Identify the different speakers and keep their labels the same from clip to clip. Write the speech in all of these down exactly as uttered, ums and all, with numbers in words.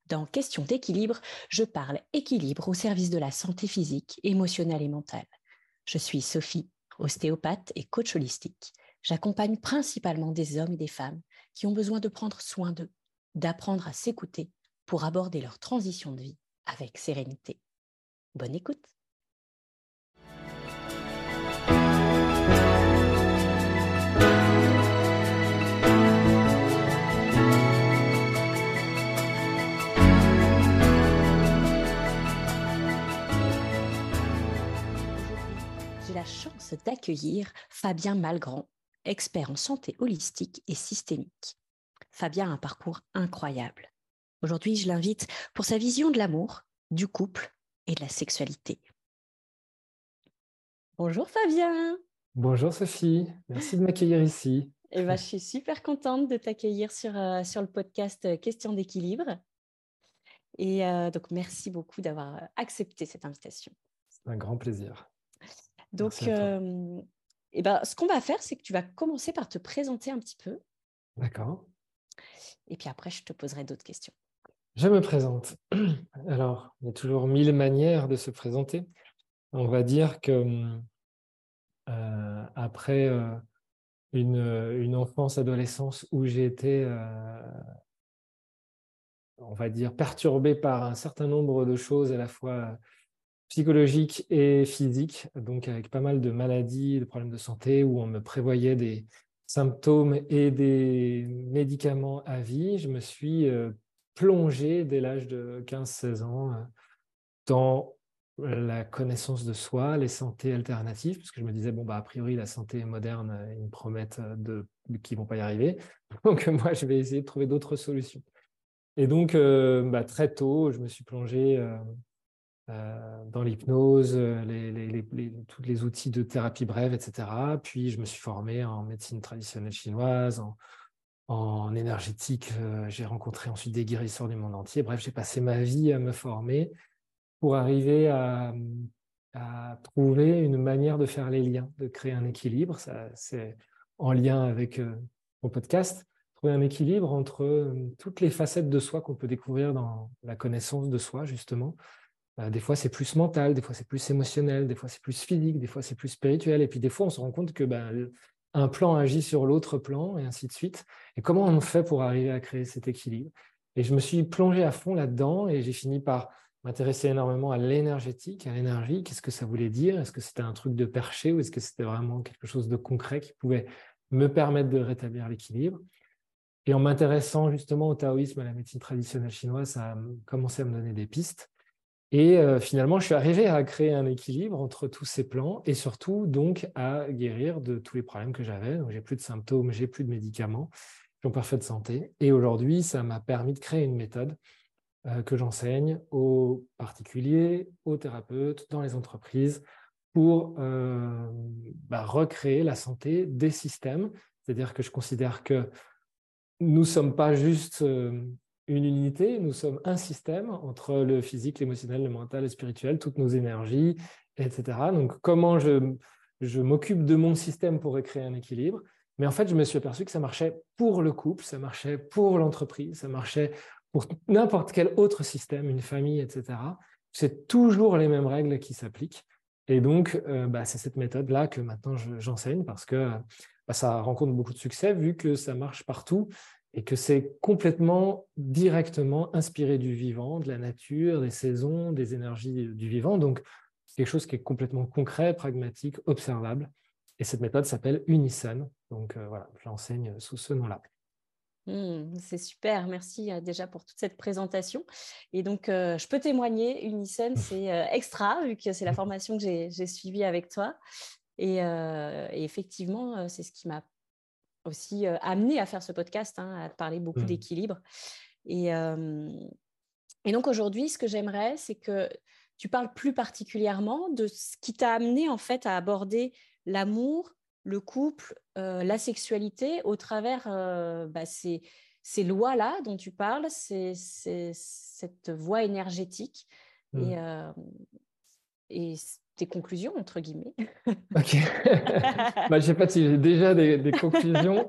Speaker 1: Dans Question d'équilibre, je parle équilibre au service de la santé physique, émotionnelle et mentale. Je suis Sophie, ostéopathe et coach holistique. J'accompagne principalement des hommes et des femmes qui ont besoin de prendre soin d'eux, d'apprendre à s'écouter pour aborder leur transition de vie avec sérénité. Bonne écoute! J'ai la chance d'accueillir Fabien Malgrand, expert en santé holistique et systémique. Fabien a un parcours incroyable. Aujourd'hui, je l'invite pour sa vision de l'amour, du couple et de la sexualité. Bonjour Fabien.
Speaker 2: Bonjour Sophie, merci de m'accueillir ici.
Speaker 1: Eh ben, je suis super contente de t'accueillir sur, euh, sur le podcast Question d'équilibre. Et euh, donc, merci beaucoup d'avoir accepté cette invitation.
Speaker 2: C'est un grand plaisir.
Speaker 1: Donc,
Speaker 2: Merci à toi.
Speaker 1: euh, eh ben, ce qu'on va faire, c'est que tu vas commencer par te présenter un petit peu.
Speaker 2: D'accord.
Speaker 1: Et puis après, je te poserai d'autres questions.
Speaker 2: Je me présente. Alors, il y a toujours mille manières de se présenter. On va dire que euh, après euh, une, une enfance-adolescence où j'ai été, euh, on va dire, perturbé par un certain nombre de choses à la fois psychologiques et physiques, donc avec pas mal de maladies, de problèmes de santé, où on me prévoyait des symptômes et des médicaments à vie, je me suis euh, plongé dès l'âge de quinze seize ans euh, dans la connaissance de soi, les santé alternatives, parce que je me disais, bon, bah, a priori, la santé moderne, euh, ils me promettent de, qu'ils ne vont pas y arriver. Donc, moi, je vais essayer de trouver d'autres solutions. Et donc, euh, bah, très tôt, je me suis plongé euh, euh, dans l'hypnose, les, les, les, les, tous les outils de thérapie brève, et cetera. Puis, je me suis formé en médecine traditionnelle chinoise, en, en énergétique. Euh, j'ai rencontré ensuite des guérisseurs du monde entier. Bref, j'ai passé ma vie à me former pour arriver à, à trouver une manière de faire les liens, de créer un équilibre. Ça, c'est en lien avec euh, mon podcast. Trouver un équilibre entre euh, toutes les facettes de soi qu'on peut découvrir dans la connaissance de soi, justement. Euh, des fois, c'est plus mental, des fois, c'est plus émotionnel, des fois, c'est plus physique, des fois, c'est plus spirituel. Et puis, des fois, on se rend compte que ben, un plan agit sur l'autre plan, et ainsi de suite. Et comment on fait pour arriver à créer cet équilibre? Et je me suis plongé à fond là-dedans, et j'ai fini par m'intéresser énormément à l'énergétique, à l'énergie. Qu'est-ce que ça voulait dire? Est-ce que c'était un truc de perché ou est-ce que c'était vraiment quelque chose de concret qui pouvait me permettre de rétablir l'équilibre? Et en m'intéressant justement au taoïsme, à la médecine traditionnelle chinoise, ça a commencé à me donner des pistes. Et euh, finalement, je suis arrivé à créer un équilibre entre tous ces plans et surtout donc à guérir de tous les problèmes que j'avais. Donc, j'ai plus de symptômes, j'ai plus de médicaments, je suis en parfaite santé. Et aujourd'hui, ça m'a permis de créer une méthode euh, que j'enseigne aux particuliers, aux thérapeutes, dans les entreprises pour euh, bah, recréer la santé des systèmes. C'est-à-dire que je considère que nous ne sommes pas juste euh, une unité, nous sommes un système entre le physique, l'émotionnel, le mental, le spirituel, toutes nos énergies, et cetera. Donc, comment je, je m'occupe de mon système pour recréer un équilibre? Mais en fait, je me suis aperçu que ça marchait pour le couple, ça marchait pour l'entreprise, ça marchait pour n'importe quel autre système, une famille, et cetera. C'est toujours les mêmes règles qui s'appliquent. Et donc, euh, bah, c'est cette méthode-là que maintenant je, j'enseigne parce que bah, ça rencontre beaucoup de succès vu que ça marche partout et que c'est complètement directement inspiré du vivant, de la nature, des saisons, des énergies du vivant. Donc, quelque chose qui est complètement concret, pragmatique, observable. Et cette méthode s'appelle Unison. Donc, euh, voilà, je l'enseigne sous ce nom-là.
Speaker 1: Mmh, c'est super, merci euh, déjà pour toute cette présentation. Et donc, euh, je peux témoigner, Unison, c'est euh, extra, vu que c'est la formation que j'ai, j'ai suivie avec toi. Et, euh, et effectivement, euh, c'est ce qui m'a aussi euh, amené à faire ce podcast, hein, à parler beaucoup
Speaker 2: Mm.
Speaker 1: d'équilibre. Et, euh, et donc aujourd'hui, ce que j'aimerais, c'est que tu parles plus particulièrement de ce qui t'a amené en fait à aborder l'amour, le couple, euh, la sexualité au travers euh, bah, ces, ces lois-là dont tu parles, c'est, c'est, cette voie énergétique
Speaker 2: Mm.
Speaker 1: et, euh, et tes conclusions, entre guillemets.
Speaker 2: Ok. Bah, je ne sais pas si j'ai déjà des, des conclusions.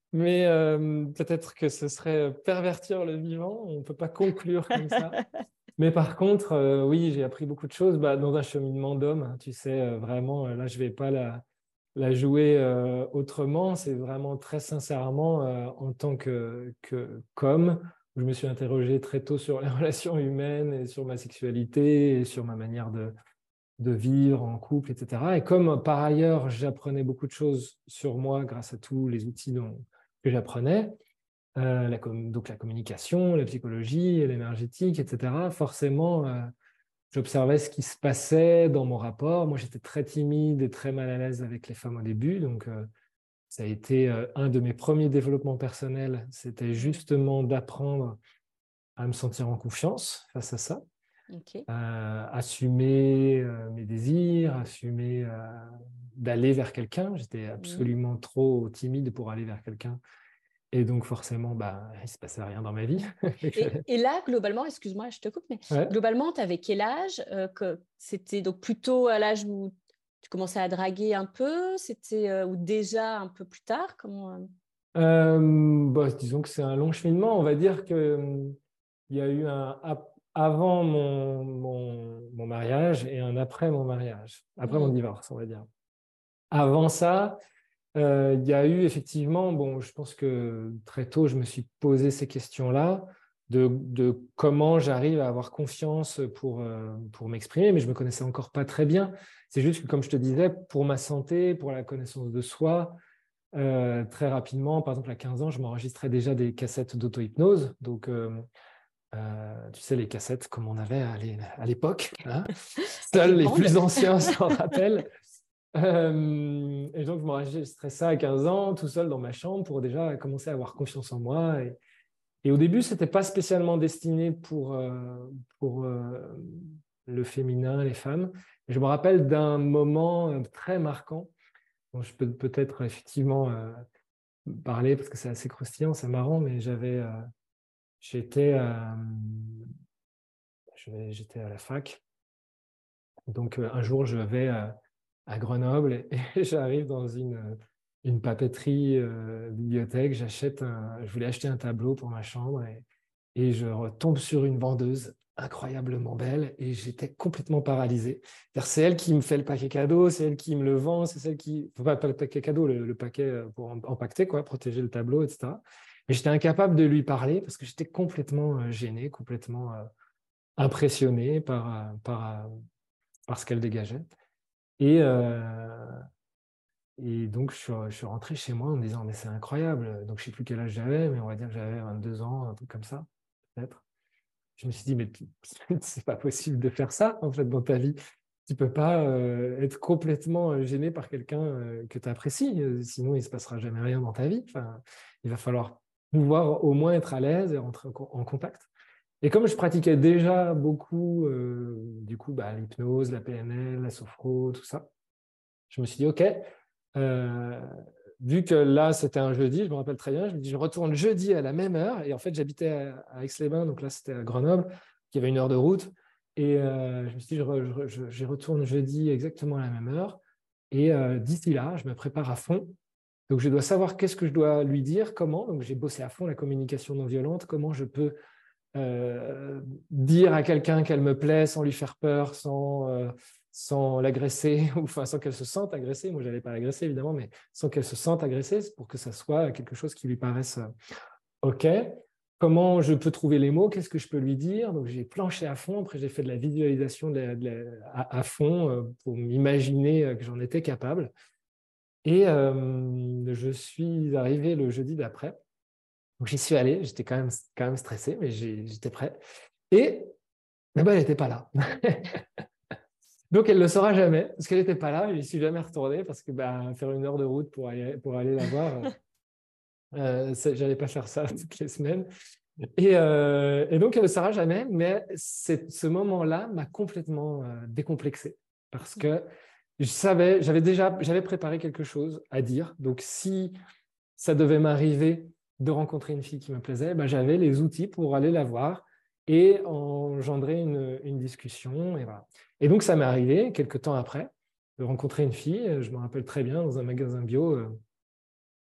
Speaker 2: mais euh, peut-être que ce serait pervertir le vivant. On ne peut pas conclure comme ça. Mais par contre, euh, oui, j'ai appris beaucoup de choses bah, dans un cheminement d'homme. Hein, tu sais, euh, vraiment, euh, là, je ne vais pas la, la jouer euh, autrement. C'est vraiment très sincèrement euh, en tant que, que qu'homme, je me suis interrogé très tôt sur les relations humaines et sur ma sexualité et sur ma manière de, de vivre en couple, et cetera. Et comme par ailleurs, j'apprenais beaucoup de choses sur moi grâce à tous les outils dont, que j'apprenais, euh, la com- donc la communication, la psychologie, l'énergétique, et cetera. Forcément, euh, j'observais ce qui se passait dans mon rapport. Moi, j'étais très timide et très mal à l'aise avec les femmes au début. Donc, euh, ça a été euh, un de mes premiers développements personnels. C'était justement d'apprendre à me sentir en confiance face à ça,
Speaker 1: Ok.
Speaker 2: euh, assumer euh, mes désirs, assumer euh, d'aller vers quelqu'un. J'étais
Speaker 1: Mhm.
Speaker 2: absolument trop timide pour aller vers quelqu'un. Et donc, forcément, bah, il ne se passait rien dans ma vie.
Speaker 1: Et, et là, globalement, excuse-moi, je te coupe, mais
Speaker 2: Ouais.
Speaker 1: globalement, tu avais quel âge euh, que c'était donc plutôt à l'âge où tu commençais à draguer un peu, c'était euh, ou déjà un peu plus tard, comment euh,
Speaker 2: Euh, bah, disons que c'est un long cheminement. On va dire que euh, il y a eu un ap- avant mon, mon, mon mariage et un après mon mariage, après mon
Speaker 1: hmm.
Speaker 2: divorce, on va dire. Avant ça, euh, il y a eu effectivement, bon, je pense que très tôt, je me suis posé ces questions-là de, de comment j'arrive à avoir confiance pour, euh, pour m'exprimer, mais je me connaissais encore pas très bien. C'est juste que, comme je te disais, pour ma santé, pour la connaissance de soi, euh, très rapidement, par exemple, à quinze ans, je m'enregistrais déjà des cassettes d'auto-hypnose. Donc, euh, euh, tu sais, les cassettes comme on avait à l'é- à l'époque, hein.
Speaker 1: Avec les
Speaker 2: Seuls les
Speaker 1: bandes?
Speaker 2: plus anciens s'en rappellent. Euh, et donc, je m'enregistrais ça à quinze ans, tout seul dans ma chambre, pour déjà commencer à avoir confiance en moi. Et, et au début, ce n'était pas spécialement destiné pour, euh, pour euh, le féminin, les femmes. Et je me rappelle d'un moment euh, très marquant dont je peux peut-être effectivement euh, parler parce que c'est assez croustillant, c'est marrant, mais j'avais, euh, j'étais, euh, je vais- j'étais à la fac. Donc euh, un jour, je vais euh, à Grenoble et, et j'arrive dans une, euh, une papeterie euh, bibliothèque. J'achète un, je voulais acheter un tableau pour ma chambre et, et je retombe sur une vendeuse incroyablement belle et j'étais complètement paralysé. C'est-à-dire, c'est elle qui me fait le paquet cadeau, c'est elle qui me le vend, c'est celle qui, enfin, pas, pas le paquet cadeau, le, le paquet euh, pour em- empaqueter, quoi, protéger le tableau, et cetera. Mais j'étais incapable de lui parler parce que j'étais complètement euh, gêné, complètement euh, impressionné par, euh, par, euh, par ce qu'elle dégageait. Et, euh, et donc, je suis, je suis rentré chez moi en me disant, mais c'est incroyable. Donc, je ne sais plus quel âge j'avais, mais on va dire que j'avais vingt-deux ans, un truc comme ça, peut-être. Je me suis dit, mais tu- c'est pas possible de faire ça, en fait, dans ta vie. Tu peux pas euh, être complètement euh, gêné par quelqu'un euh, que tu apprécies, euh, sinon il ne se passera jamais rien dans ta vie. Enfin, il va falloir pouvoir au moins être à l'aise et rentrer en, co- en contact. Et comme je pratiquais déjà beaucoup, euh, du coup, bah, l'hypnose, la P N L, la sophro, tout ça, je me suis dit, OK, euh, vu que là, c'était un jeudi, je me rappelle très bien, je me dis, je retourne jeudi à la même heure. Et en fait, j'habitais à, à Aix-les-Bains, donc là, c'était à Grenoble, qui avait une heure de route. Et euh, je me suis dit, je, re- je- j'y retourne jeudi exactement à la même heure. Et euh, d'ici là, je me prépare à fond. Donc, je dois savoir qu'est-ce que je dois lui dire, comment. Donc, j'ai bossé à fond la communication non violente, comment je peux euh, dire à quelqu'un qu'elle me plaît sans lui faire peur, sans, euh, sans l'agresser, ou enfin sans qu'elle se sente agressée. Moi, je n'allais pas l'agresser, évidemment, mais sans qu'elle se sente agressée, pour que ça soit quelque chose qui lui paraisse euh, OK. Comment je peux trouver les mots? Qu'est-ce que je peux lui dire? Donc, j'ai planché à fond. Après, j'ai fait de la visualisation de la- de la- à, à fond euh, pour m'imaginer euh, que j'en étais capable. Et euh, je suis arrivé le jeudi d'après. Donc, j'y suis allé. J'étais quand même, quand même stressé, mais j'ai- j'étais prêt. Et mais ben, elle n'était pas là. Donc, elle ne le saura jamais, parce qu'elle n'était pas là. Je n'y suis jamais retourné, parce que bah, faire une heure de route pour aller, pour aller la voir, euh, je n'allais pas faire ça toutes les semaines. Et, euh, et donc, elle ne le saura jamais, mais ce moment-là m'a complètement euh, décomplexé, parce que je savais, j'avais déjà j'avais préparé quelque chose à dire. Donc, si ça devait m'arriver de rencontrer une fille qui me plaisait, ben, j'avais les outils pour aller la voir et engendrer une, une discussion. Et, voilà. Et donc, ça m'est arrivé, quelques temps après, de rencontrer une fille, je me rappelle très bien, dans un magasin bio, euh,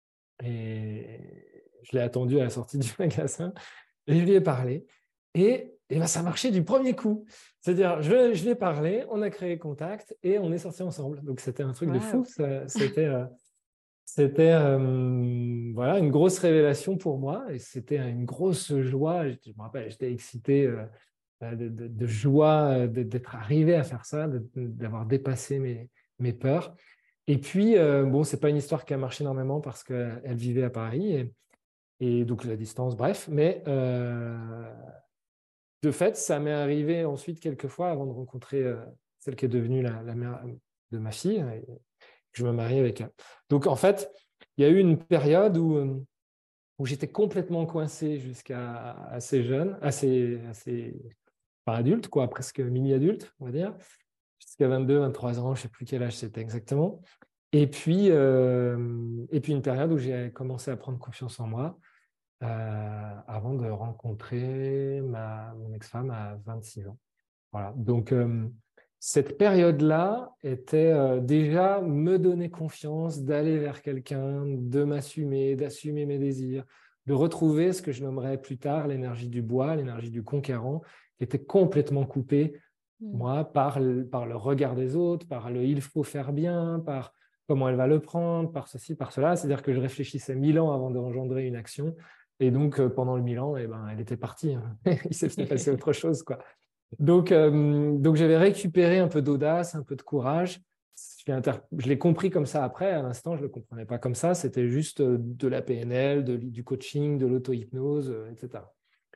Speaker 2: Et je l'ai attendu à la sortie du magasin et je lui ai parlé. Et, et ben, ça marchait du premier coup. C'est-à-dire, je, je lui ai parlé, on a créé contact et on est sortis ensemble. Donc, c'était un truc de fou.
Speaker 1: Waouh.
Speaker 2: Ça, c'était euh, c'était euh, voilà, une grosse révélation pour moi et c'était une grosse joie. Je, je me rappelle, j'étais excité euh, de, de, de joie de, d'être arrivé à faire ça, de, d'avoir dépassé mes, mes peurs. Et puis, euh, bon, c'est pas une histoire qui a marché énormément parce qu'elle vivait à Paris et, et donc la distance, bref. Mais euh, de fait, ça m'est arrivé ensuite quelques fois avant de rencontrer euh, celle qui est devenue la, la mère de ma fille, et que je me marie avec elle. Donc en fait, il y a eu une période où, euh, où j'étais complètement coincé jusqu'à assez jeune, assez, assez pas adulte, quoi, presque mini-adulte, on va dire, jusqu'à vingt-deux, vingt-trois ans, je ne sais plus quel âge c'était exactement. Et puis, euh, et puis une période où j'ai commencé à prendre confiance en moi euh, avant de rencontrer ma, mon ex-femme à vingt-six ans. Voilà. Donc, euh, cette période-là était euh, déjà me donner confiance, d'aller vers quelqu'un, de m'assumer, d'assumer mes désirs, de retrouver ce que je nommerais plus tard l'énergie du bois, l'énergie du conquérant, qui était complètement coupée,
Speaker 1: Mm.
Speaker 2: moi, par le, par le regard des autres, par le il faut faire bien, par comment elle va le prendre, par ceci, par cela. C'est-à-dire que je réfléchissais mille ans avant d'engendrer une action. Et donc, euh, pendant le mille ans, eh ben, elle était partie. Hein. Il s'est passé autre chose, quoi. Donc, euh, donc j'avais récupéré un peu d'audace, un peu de courage. Je l'ai, inter... je l'ai compris comme ça après. À l'instant, je ne le comprenais pas comme ça. C'était juste de la P N L, de, du coaching, de l'auto-hypnose, euh, et cetera.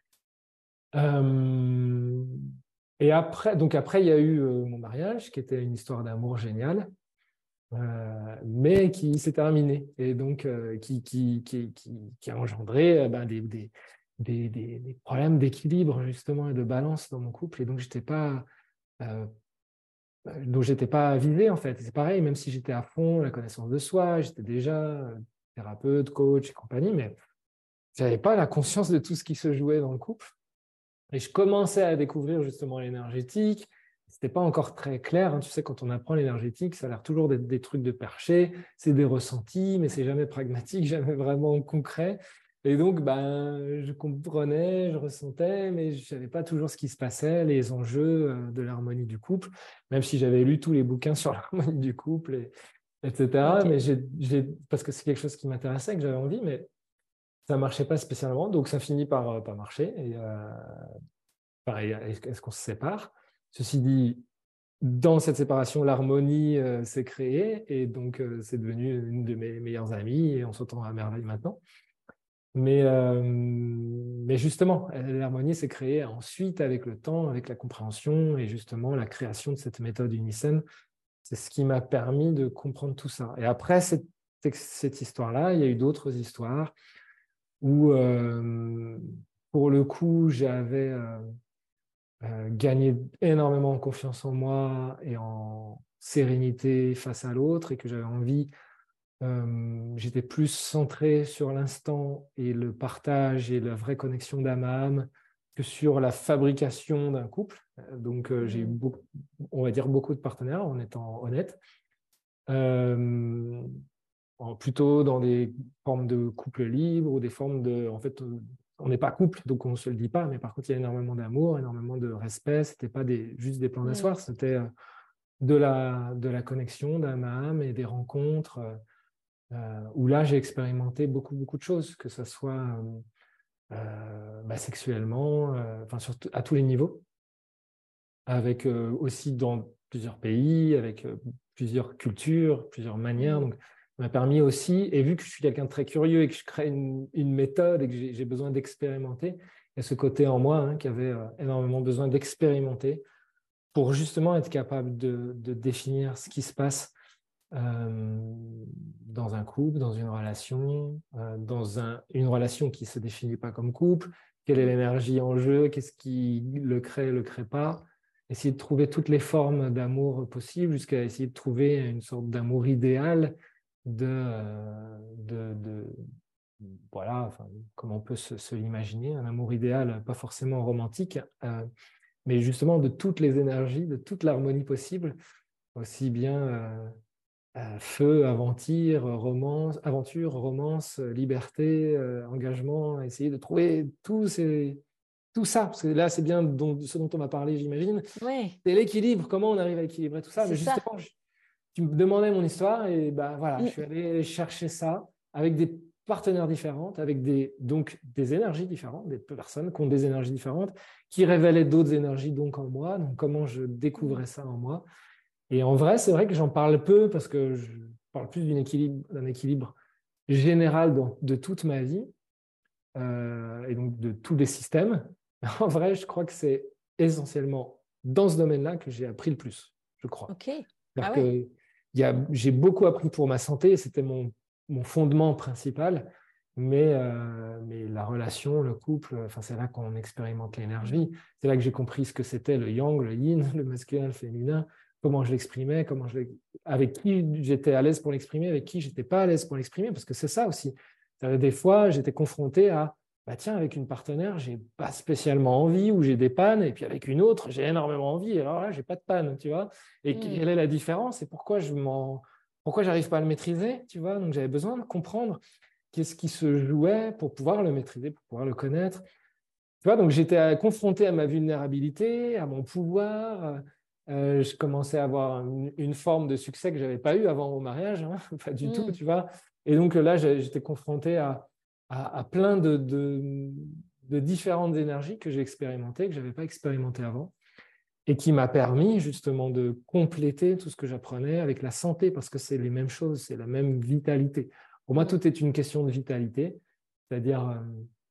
Speaker 2: Euh, et après, donc après, il y a eu euh, mon mariage, qui était une histoire d'amour géniale, euh, mais qui s'est terminée et donc euh, qui, qui, qui, qui, qui a engendré euh, ben, des, des, des, des, des problèmes d'équilibre justement et de balance dans mon couple. Et donc, j'étais pas, euh, donc j'étais pas avisé en fait. Et c'est pareil, même si j'étais à fond la connaissance de soi, j'étais déjà euh, thérapeute, coach et compagnie, mais j'avais pas la conscience de tout ce qui se jouait dans le couple. Et je commençais à découvrir justement l'énergétique. C'était pas encore très clair. Hein. Tu sais, quand on apprend l'énergétique, ça a l'air toujours d'être des trucs de perché. C'est des ressentis, mais c'est jamais pragmatique, jamais vraiment concret. Et donc, ben, je comprenais, je ressentais, mais je savais pas toujours ce qui se passait, les enjeux euh, de l'harmonie du couple, même si j'avais lu tous les bouquins sur l'harmonie du couple, et, etc.
Speaker 1: Ok.
Speaker 2: Mais j'ai, j'ai, parce que c'est quelque chose qui m'intéressait, que j'avais envie, mais ça marchait pas spécialement. Donc, ça finit par euh, pas marcher. Et, euh, pareil, est-ce qu'on se sépare? Ceci dit, dans cette séparation, l'harmonie euh, s'est créée et donc euh, c'est devenu une de mes meilleures amies et on s'entend à merveille maintenant. Mais, euh, mais justement, l'harmonie s'est créée ensuite avec le temps, avec la compréhension et justement la création de cette méthode Unicen. C'est ce qui m'a permis de comprendre tout ça. Et après cette, cette histoire-là, il y a eu d'autres histoires où, euh, pour le coup, j'avais... Euh, euh, gagner énormément en confiance en moi et en sérénité face à l'autre et que j'avais envie, euh, j'étais plus centré sur l'instant et le partage et la vraie connexion d'âme à âme que sur la fabrication d'un couple. Donc euh, j'ai eu,
Speaker 1: Mm.
Speaker 2: beaucoup, on va dire, beaucoup de partenaires en étant honnête. Euh, plutôt dans des formes de couple libre ou des formes de... En fait, on n'est pas couple, donc on ne se le dit pas, mais par contre, il y a énormément d'amour, énormément de respect. Ce n'était pas des, juste des plans
Speaker 1: Mm.
Speaker 2: d'asseoir, c'était de la, de la connexion d'âme à âme et des rencontres euh, où là, j'ai expérimenté beaucoup, beaucoup de choses, que ce soit euh, bah, sexuellement, euh, enfin, surtout à tous les niveaux, avec euh, aussi dans plusieurs pays, avec euh, plusieurs cultures, plusieurs manières.
Speaker 1: Mm.
Speaker 2: Donc, ça m'a permis aussi, et vu que je suis quelqu'un de très curieux et que je crée une, une méthode et que j'ai besoin d'expérimenter, il y a ce côté en moi hein, qui avait euh, énormément besoin d'expérimenter pour justement être capable de, de définir ce qui se passe euh, dans un couple, dans une relation, euh, dans un, une relation qui ne se définit pas comme couple, quelle est l'énergie en jeu, qu'est-ce qui le crée, le crée pas, essayer de trouver toutes les formes d'amour possibles jusqu'à essayer de trouver une sorte d'amour idéal de, euh, de, de voilà, enfin, comment on peut se, se l'imaginer, un amour idéal, pas forcément romantique, euh, mais justement de toutes les énergies, de toute l'harmonie possible, aussi bien euh, euh, feu, aventure, romance, aventure, romance, liberté, euh, engagement, essayer de trouver tout, ces, tout ça. Parce que là, c'est bien dont, ce dont on va parler, j'imagine.
Speaker 1: Ouais,
Speaker 2: C'est l'équilibre, comment on arrive à équilibrer tout ça.
Speaker 1: c'est
Speaker 2: Mais
Speaker 1: ça.
Speaker 2: justement, je- tu me demandais mon histoire et bah, voilà, je
Speaker 1: Mm.
Speaker 2: suis allé chercher ça avec des partenaires différents, avec des, donc des énergies différentes, des personnes qui ont des énergies différentes, qui révélaient d'autres énergies donc en moi, donc comment je
Speaker 1: Mm.
Speaker 2: découvrais ça en moi. Et en vrai, c'est vrai que j'en parle peu parce que je parle plus d'un équilibre, d'un équilibre général dans- de toute ma vie euh, et donc de tous les systèmes. En vrai, je crois que c'est essentiellement dans ce domaine-là que j'ai appris le plus, je crois.
Speaker 1: Ok.
Speaker 2: C'est-à-dire
Speaker 1: Ah ouais.
Speaker 2: que il y a, j'ai beaucoup appris pour ma santé, c'était mon, mon fondement principal, mais, euh, mais la relation, le couple, enfin, c'est là qu'on expérimente l'énergie. C'est là que j'ai compris ce que c'était le yang, le yin, le masculin, le féminin, comment je l'exprimais, comment je, avec qui j'étais à l'aise pour l'exprimer, avec qui j'étais pas à l'aise pour l'exprimer, parce que c'est ça aussi. Des fois, j'étais confronté à, bah tiens, avec une partenaire, j'ai pas spécialement envie ou j'ai des pannes, et puis avec une autre, j'ai énormément envie, et alors là, j'ai pas de panne, tu vois. Et
Speaker 1: Mm.
Speaker 2: quelle est la différence et pourquoi je m'en, pourquoi j'arrive pas à le maîtriser, tu vois. Donc j'avais besoin de comprendre qu'est-ce qui se jouait pour pouvoir le maîtriser, pour pouvoir le connaître. Tu vois, donc j'étais confronté à ma vulnérabilité, à mon pouvoir. Euh, je commençais à avoir une, une forme de succès que j'avais pas eu avant mon mariage, hein, pas du tout,
Speaker 1: Mm.
Speaker 2: tu vois. Et donc là, j'étais confronté à, à, à plein de, de, de différentes énergies que j'ai expérimentées, que j'avais pas expérimentées avant et qui m'a permis justement de compléter tout ce que j'apprenais avec la santé, parce que c'est les mêmes choses, c'est la même vitalité. Pour moi,
Speaker 1: Mm.
Speaker 2: tout est une question de vitalité, c'est-à-dire, euh,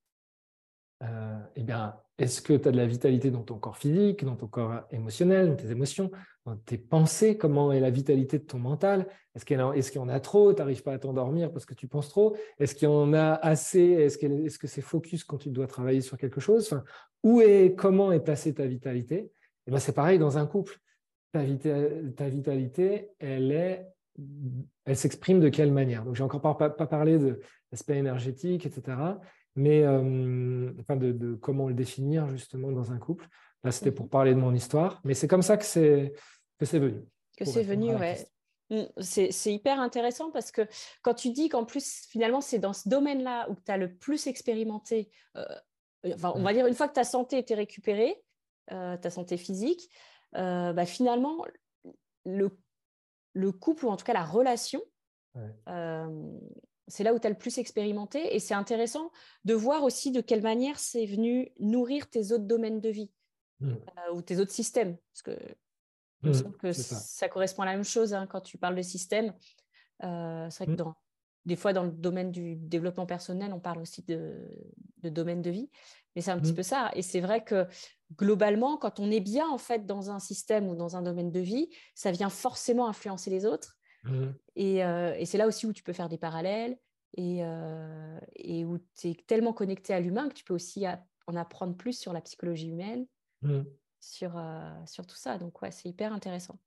Speaker 2: euh, eh bien, est-ce que tu as de la vitalité dans ton corps physique, dans ton corps émotionnel, dans tes émotions, dans tes pensées, comment est la vitalité de ton mental? Est-ce qu'il y en a, est-ce qu'il y en a trop? Tu n'arrives pas à t'endormir parce que tu penses trop? Est-ce qu'il y en a assez? Est-ce que, est-ce que c'est focus quand tu dois travailler sur quelque chose? Enfin, où est, comment est placée ta vitalité? Eh ben, c'est pareil dans un couple. Ta, vita- ta vitalité, elle est, elle s'exprime de quelle manière? Donc, j'ai encore pas, pas, pas parlé de l'aspect énergétique, et cetera, mais euh, enfin de, de comment le définir justement dans un couple. Là, c'était pour
Speaker 1: Mhm.
Speaker 2: parler de mon histoire, mais c'est comme ça que c'est que c'est venu,
Speaker 1: Que
Speaker 2: pour
Speaker 1: c'est
Speaker 2: répondre à
Speaker 1: venu,
Speaker 2: la
Speaker 1: ouais.
Speaker 2: question.
Speaker 1: Mm. C'est, c'est hyper intéressant parce que quand tu dis qu'en plus, finalement, c'est dans ce domaine-là où tu as le plus expérimenté, euh, enfin, on
Speaker 2: Mm.
Speaker 1: va dire, une fois que ta santé était récupérée, euh, ta santé physique, euh, bah, finalement, le, le couple, ou en tout cas la relation,
Speaker 2: Ouais.
Speaker 1: euh, c'est là où tu as le plus expérimenté. Et c'est intéressant de voir aussi de quelle manière c'est venu nourrir tes autres domaines de vie
Speaker 2: Mm.
Speaker 1: euh, ou tes autres systèmes. Parce que il me
Speaker 2: Mm.
Speaker 1: semble que
Speaker 2: C'est ça.
Speaker 1: ça correspond à la même chose hein, quand tu parles de système. Euh, c'est vrai que
Speaker 2: Mm.
Speaker 1: dans, des fois, dans le domaine du développement personnel, on parle aussi de, de domaine de vie. Mais c'est un petit
Speaker 2: Mm.
Speaker 1: peu ça. Et c'est vrai que globalement, quand on est bien en fait dans un système ou dans un domaine de vie, ça vient forcément influencer les autres.
Speaker 2: Mm.
Speaker 1: Et, euh, et c'est là aussi où tu peux faire des parallèles et, euh, et où tu es tellement connecté à l'humain que tu peux aussi a- en apprendre plus sur la psychologie humaine,
Speaker 2: Mm.
Speaker 1: sur, euh, sur tout ça. Donc, ouais, c'est hyper intéressant.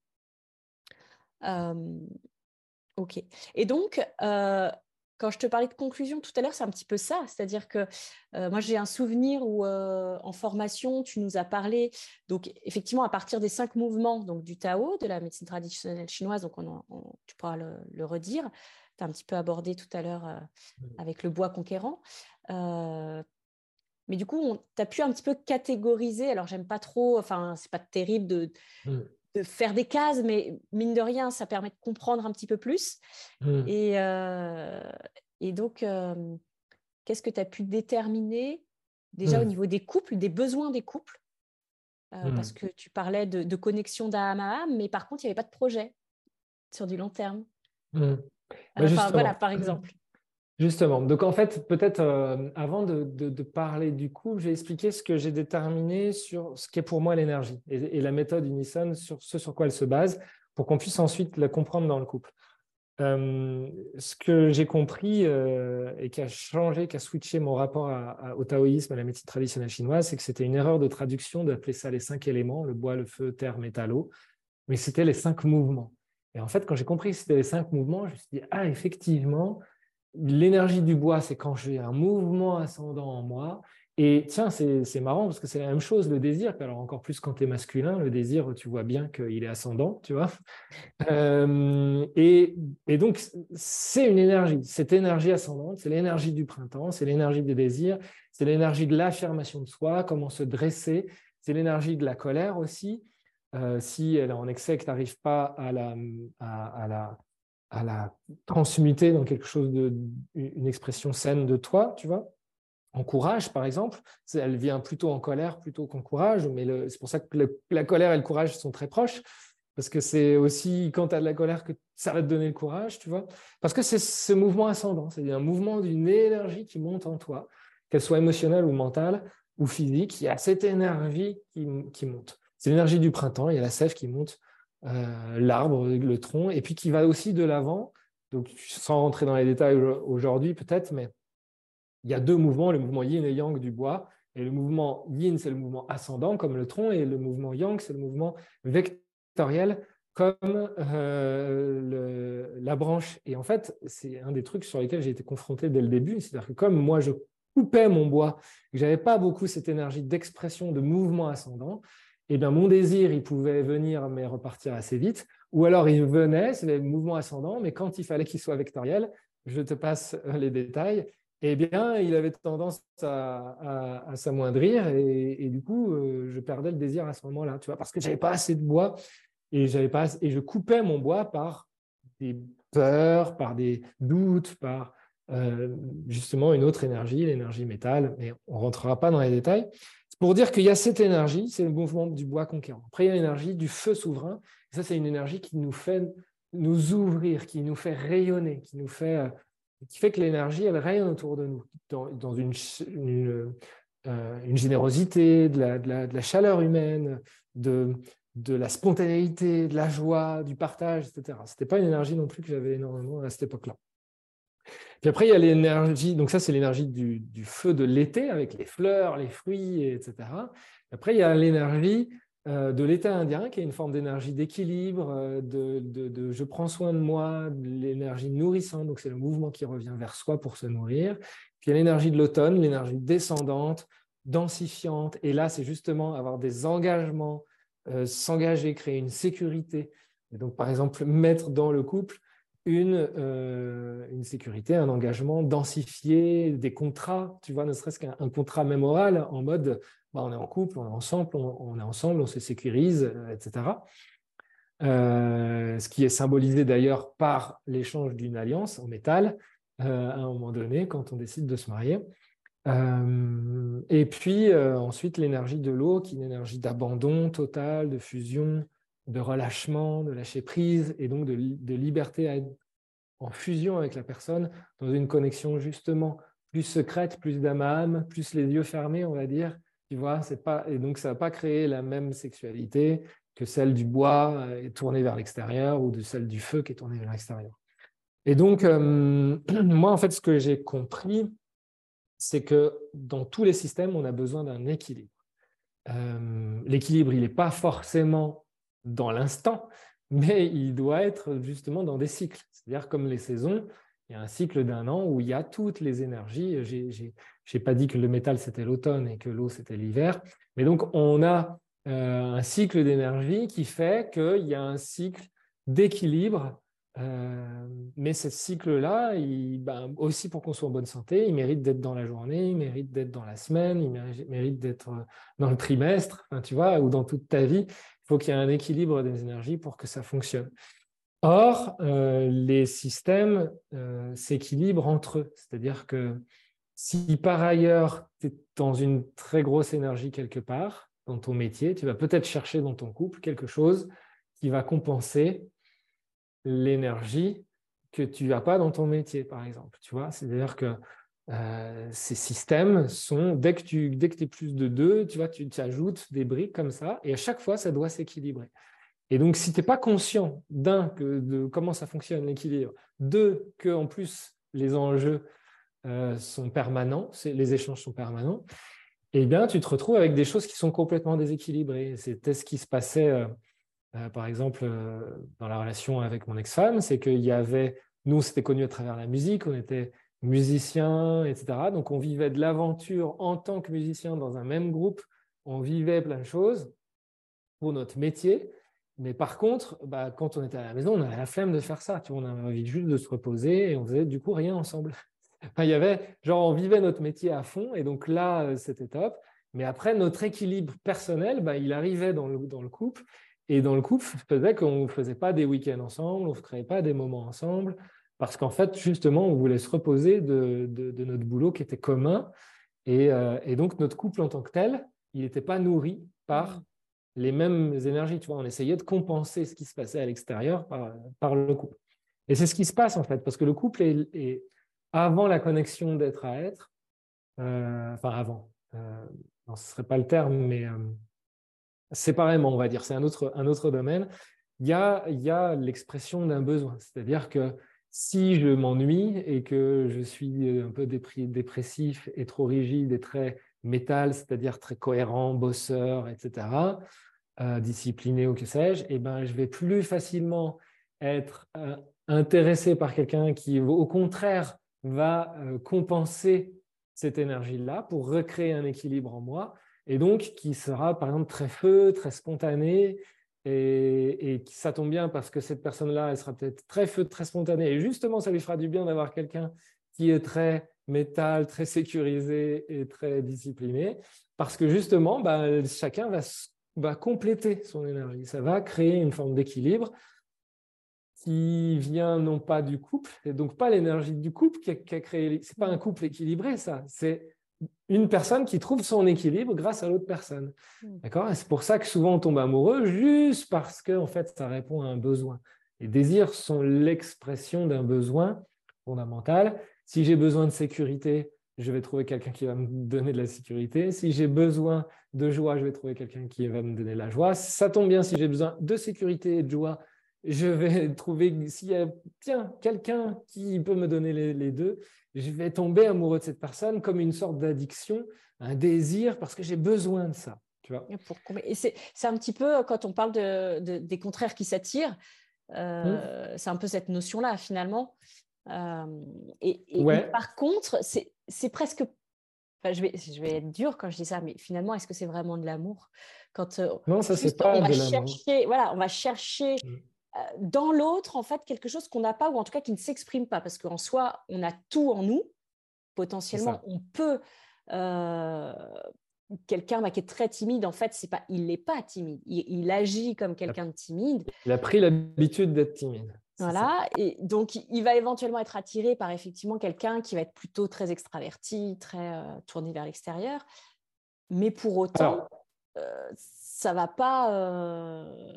Speaker 1: Euh, ok. Et donc, euh, quand je te parlais de conclusion tout à l'heure, c'est un petit peu ça. C'est-à-dire que euh, moi, j'ai un souvenir où, euh, en formation, tu nous as parlé, donc effectivement, à partir des cinq mouvements donc, du Tao, de la médecine traditionnelle chinoise, donc on, en- on- tu pourras le, le redire. Tu as un petit peu abordé tout à l'heure euh, avec le bois conquérant. Euh, mais du coup, tu as pu un petit peu catégoriser. Alors, j'aime pas trop, enfin, c'est pas terrible de,
Speaker 2: Mm.
Speaker 1: de faire des cases, mais mine de rien, ça permet de comprendre un petit peu plus.
Speaker 2: Mm.
Speaker 1: Et, euh, et donc, euh, qu'est-ce que tu as pu déterminer déjà au
Speaker 2: Mm.
Speaker 1: niveau des couples, des besoins des couples euh, parce
Speaker 2: Mm.
Speaker 1: que tu parlais de, de connexion d'âme à âme, mais par contre, il n'y avait pas de projet sur du long terme.
Speaker 2: Mm.
Speaker 1: Euh,
Speaker 2: Bah
Speaker 1: Enfin, voilà,
Speaker 2: justement.
Speaker 1: par exemple.
Speaker 2: Justement. Donc, en fait, peut-être euh, avant de, de- de parler du couple, j'ai expliqué ce que j'ai déterminé sur ce qu'est pour moi l'énergie et, et la méthode Unison sur ce sur quoi elle se base pour qu'on puisse ensuite la comprendre dans le couple. Euh, ce que j'ai compris euh, et qui a changé, qui a switché mon rapport à- à- au taoïsme, à la médecine traditionnelle chinoise, c'est que c'était une erreur de traduction d'appeler ça les cinq éléments, le bois, le feu, terre, métal, eau, mais c'était les cinq mouvements. Et en fait, quand j'ai compris que c'était les cinq mouvements, je me suis dit, ah, effectivement, l'énergie du bois, c'est quand j'ai un mouvement ascendant en moi Et tiens, c'est marrant parce que c'est la même chose, le désir. Alors encore plus quand tu es masculin, le désir, tu vois bien qu'il est ascendant, tu vois. Euh, et, et donc, c'est une énergie. Cette énergie ascendante, c'est l'énergie du printemps, c'est l'énergie des désirs, c'est l'énergie de l'affirmation de soi, comment se dresser, c'est l'énergie de la colère aussi. Euh, si elle est en excès, que tu n'arrives pas à la, à, à, la, à la transmuter dans quelque chose de, une expression saine de toi, tu vois. En courage, par exemple, elle vient plutôt en colère plutôt qu'en courage, mais c'est pour ça que le, la colère et le courage sont très proches, parce que c'est aussi quand tu as de la colère que ça va te donner le courage, tu vois, parce que c'est ce mouvement ascendant, c'est un mouvement d'une énergie qui monte en toi, qu'elle soit émotionnelle ou mentale ou physique, il y a cette énergie qui, qui monte. C'est l'énergie du printemps, il y a la sève qui monte, euh, l'arbre, le tronc, et puis qui va aussi de l'avant, donc sans rentrer dans les détails aujourd'hui peut-être, mais il y a deux mouvements, le mouvement yin et yang du bois. Et le mouvement yin, c'est le mouvement ascendant, comme le tronc, et le mouvement yang, c'est le mouvement vectoriel, comme euh, le, la branche. Et en fait, c'est un des trucs sur lesquels j'ai été confronté dès le début. C'est-à-dire que comme moi, je coupais mon bois, que je n'avais pas beaucoup cette énergie d'expression, de mouvement ascendant, et bien mon désir, il pouvait venir, mais repartir assez vite. Ou alors il venait, c'est le mouvement ascendant, mais quand il fallait qu'il soit vectoriel, je te passe les détails, eh bien, il avait tendance à, à, à s'amoindrir et, et du coup, euh, je perdais le désir à ce moment-là, tu vois, parce que j'avais pas assez de bois et, j'avais pas assez, et je coupais mon bois par des peurs, par des doutes, par euh, justement une autre énergie, l'énergie métal, mais on ne rentrera pas dans les détails. C'est pour dire qu'il y a cette énergie, c'est le mouvement du bois conquérant. Après, il y a l'énergie du feu souverain, et ça, c'est une énergie qui nous fait nous ouvrir, qui nous fait rayonner, qui nous fait... Euh, qui fait que l'énergie, elle rayonne autour de nous, dans, dans une, une, euh, une générosité, de la, de, la, de la chaleur humaine, de, de la spontanéité, de la joie, du partage, et cetera. Ce n'était pas une énergie non plus que j'avais énormément à cette époque-là. Puis après, il y a l'énergie, donc ça, c'est l'énergie du, du feu de l'été, avec les fleurs, les fruits, et cetera. Après, il y a l'énergie euh, de l'état indien, qui est une forme d'énergie d'équilibre, euh, de, de, de je prends soin de moi, de l'énergie nourrissante, donc c'est le mouvement qui revient vers soi pour se nourrir. Puis il y a l'énergie de l'automne, l'énergie descendante, densifiante, et là, c'est justement avoir des engagements, euh, s'engager, créer une sécurité. Et donc, par exemple, mettre dans le couple une, euh, une sécurité, un engagement, densifié, des contrats, tu vois, ne serait-ce qu'un contrat même oral en mode bah, on est en couple, on est ensemble, on, on est ensemble, on se sécurise, euh, et cetera. Euh, ce qui est symbolisé d'ailleurs par l'échange d'une alliance en métal euh, à un moment donné quand on décide de se marier. Euh, et puis euh, ensuite l'énergie de l'eau qui est une énergie d'abandon total, de fusion, de relâchement, de lâcher prise et donc de, de liberté à être en fusion avec la personne dans une connexion justement plus secrète, plus d'âme à âme, plus les yeux fermés, on va dire. Tu vois, c'est pas, et donc ça ne va pas créer la même sexualité que celle du bois euh, tournée vers l'extérieur ou de celle du feu qui est tournée vers l'extérieur. Et donc, euh, moi, en fait, ce que j'ai compris, c'est que dans tous les systèmes, on a besoin d'un équilibre. Euh, l'équilibre, il n'est pas forcément dans l'instant, mais il doit être justement dans des cycles. C'est-à-dire comme les saisons, il y a un cycle d'un an où il y a toutes les énergies. Je n'ai pas dit que le métal, c'était l'automne et que l'eau, c'était l'hiver. Mais donc, on a euh, un cycle d'énergie qui fait qu'il y a un cycle d'équilibre. Euh, mais ce cycle-là, ben, aussi pour qu'on soit en bonne santé, il mérite d'être dans la journée, il mérite d'être dans la semaine, il mérite, mérite d'être dans le trimestre, enfin, tu vois, ou dans toute ta vie. Il faut qu'il y ait un équilibre des énergies pour que ça fonctionne. Or, euh, les systèmes euh, s'équilibrent entre eux. C'est-à-dire que si par ailleurs, tu es dans une très grosse énergie quelque part, dans ton métier, tu vas peut-être chercher dans ton couple quelque chose qui va compenser l'énergie que tu n'as pas dans ton métier, par exemple. Tu vois, c'est-à-dire que euh, ces systèmes sont, dès que tu dès que tu es plus de deux, tu vois, tu, tu ajoutes des briques comme ça, et à chaque fois, ça doit s'équilibrer. Et donc, si tu n'es pas conscient, d'un, que, de comment ça fonctionne l'équilibre, deux, que en plus, les enjeux euh, sont permanents, les échanges sont permanents, eh bien, tu te retrouves avec des choses qui sont complètement déséquilibrées. C'était ce qui se passait, euh, euh, par exemple, euh, dans la relation avec mon ex-femme, c'est qu'il y avait, nous, on s'était connus à travers la musique, on était musicien, et cetera. Donc, on vivait de l'aventure en tant que musicien dans un même groupe. On vivait plein de choses pour notre métier. Mais par contre, bah, quand on était à la maison, on avait la flemme de faire ça. Tu vois, on avait envie juste de se reposer et on faisait du coup rien ensemble. Enfin, il y avait, genre, on vivait notre métier à fond et donc là, c'était top. Mais après, notre équilibre personnel, bah, il arrivait dans le, dans le couple. Et dans le couple, faisait qu'on ne faisait pas des week-ends ensemble, on ne créait pas des moments ensemble, parce qu'en fait, justement, on voulait se reposer de, de, de notre boulot qui était commun. Et, euh, et donc, notre couple en tant que tel, il n'était pas nourri par les mêmes énergies. Tu vois, on essayait de compenser ce qui se passait à l'extérieur par, par le couple. Et c'est ce qui se passe, en fait, parce que le couple est, est avant la connexion d'être à être, euh, enfin avant, euh, non, ce ne serait pas le terme, mais euh, séparément, on va dire, c'est un autre, un autre domaine. Il y a, il y a l'expression d'un besoin, c'est-à-dire que si je m'ennuie et que je suis un peu dépressif et trop rigide et très métal, c'est-à-dire très cohérent, bosseur, et cetera, euh, discipliné ou que sais-je, eh ben, je vais plus facilement être euh, intéressé par quelqu'un qui, au contraire, va euh, compenser cette énergie-là pour recréer un équilibre en moi et donc qui sera, par exemple, très feu, très spontané. Et, et ça tombe bien parce que cette personne-là, elle sera peut-être très feu, très spontanée. Et justement, ça lui fera du bien d'avoir quelqu'un qui est très métal, très sécurisé et très discipliné. Parce que justement, bah, chacun va, va compléter son énergie. Ça va créer une forme d'équilibre qui vient non pas du couple, et donc pas l'énergie du couple qui a, qui a créé. C'est pas un couple équilibré, ça. C'est une personne qui trouve son équilibre grâce à l'autre personne. D'accord ? Et c'est pour ça que souvent on tombe amoureux, juste parce que en fait, ça répond à un besoin. Les désirs sont l'expression d'un besoin fondamental. Si j'ai besoin de sécurité, je vais trouver quelqu'un qui va me donner de la sécurité. Si j'ai besoin de joie, je vais trouver quelqu'un qui va me donner de la joie. Ça tombe bien, si j'ai besoin de sécurité et de joie, je vais trouver, s'il y a tiens, quelqu'un qui peut me donner les, les deux, je vais tomber amoureux de cette personne comme une sorte d'addiction, un désir, parce que j'ai besoin de ça. Tu vois.
Speaker 1: Et c'est, c'est un petit peu, quand on parle de, de, des contraires qui s'attirent, euh, mmh. c'est un peu cette notion-là, finalement. Euh, et, et,
Speaker 2: ouais.
Speaker 1: et par contre, c'est, c'est presque... Enfin, je, vais, je vais être dure quand je dis ça, mais finalement, est-ce que c'est vraiment de l'amour quand, euh,
Speaker 2: Non, ça, c'est pas
Speaker 1: on va
Speaker 2: de
Speaker 1: chercher, voilà, on va chercher mmh. euh, dans l'autre, en fait, quelque chose qu'on n'a pas, ou en tout cas qui ne s'exprime pas, parce qu'en soi, on a tout en nous. Potentiellement, on peut... Euh, quelqu'un bah, qui est très timide, en fait, c'est pas, il n'est pas timide. Il, il agit comme quelqu'un de timide.
Speaker 2: Il a pris l'habitude d'être timide.
Speaker 1: Voilà, et donc il va éventuellement être attiré par effectivement quelqu'un qui va être plutôt très extraverti, très euh, tourné vers l'extérieur. Mais pour autant, Alors, euh, ça va pas, euh,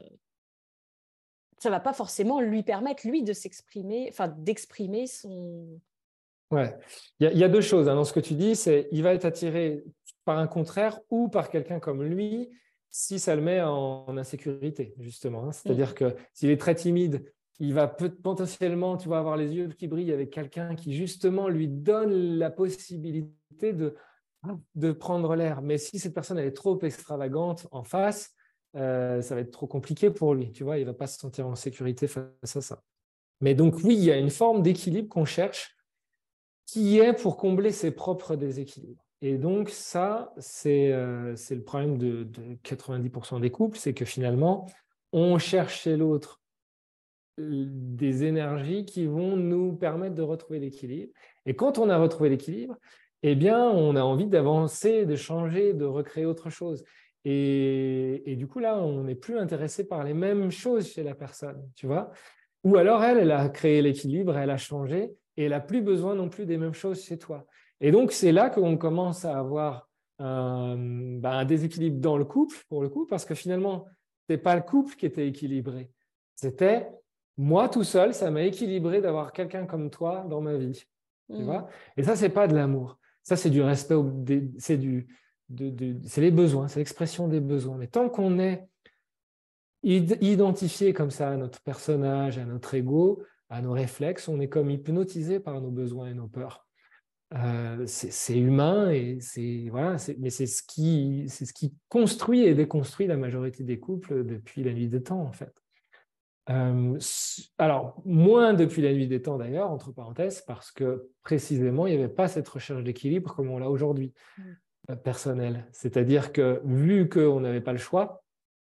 Speaker 1: ça va pas forcément lui permettre lui de s'exprimer, enfin d'exprimer son.
Speaker 2: Ouais, il y, y a deux choses hein, dans ce que tu dis, c'est il va être attiré par un contraire ou par quelqu'un comme lui si ça le met en, en insécurité justement. Hein. C'est-à-dire mmh. que s'il est très timide, il va peut potentiellement, tu vas avoir les yeux qui brillent avec quelqu'un qui justement lui donne la possibilité de de prendre l'air. Mais si cette personne elle est trop extravagante en face, euh, ça va être trop compliqué pour lui. Tu vois, il va pas se sentir en sécurité face à ça. Mais donc oui, il y a une forme d'équilibre qu'on cherche, qui est pour combler ses propres déséquilibres. Et donc ça, c'est euh, c'est le problème de, de quatre-vingt-dix pour cent des couples, c'est que finalement, on cherche chez l'autre des énergies qui vont nous permettre de retrouver l'équilibre. Et quand on a retrouvé l'équilibre, eh bien, on a envie d'avancer, de changer, de recréer autre chose. Et, et du coup, là, on n'est plus intéressé par les mêmes choses chez la personne, tu vois. Ou alors, elle, elle a créé l'équilibre, elle a changé, et elle n'a plus besoin non plus des mêmes choses chez toi. Et donc, c'est là qu'on commence à avoir un, ben, un déséquilibre dans le couple, pour le coup, parce que finalement, ce n'est pas le couple qui était équilibré. C'était moi tout seul, ça m'a équilibré d'avoir quelqu'un comme toi dans ma vie. Mmh. Tu vois ? Et ça, ce n'est pas de l'amour. Ça, c'est du respect, c'est du, de, de, c'est les besoins, c'est l'expression des besoins. Mais tant qu'on est identifié comme ça à notre personnage, à notre ego, à nos réflexes, on est comme hypnotisé par nos besoins et nos peurs. Euh, c'est humain, et c'est, voilà, mais c'est ce, qui, c'est ce qui construit et déconstruit la majorité des couples depuis la nuit des temps, en fait. Euh, alors, moins depuis la nuit des temps d'ailleurs, entre parenthèses, parce que précisément, il n'y avait pas cette recherche d'équilibre comme on l'a aujourd'hui,
Speaker 1: Mm.
Speaker 2: euh, personnelle. C'est-à-dire que vu qu'on n'avait pas le choix,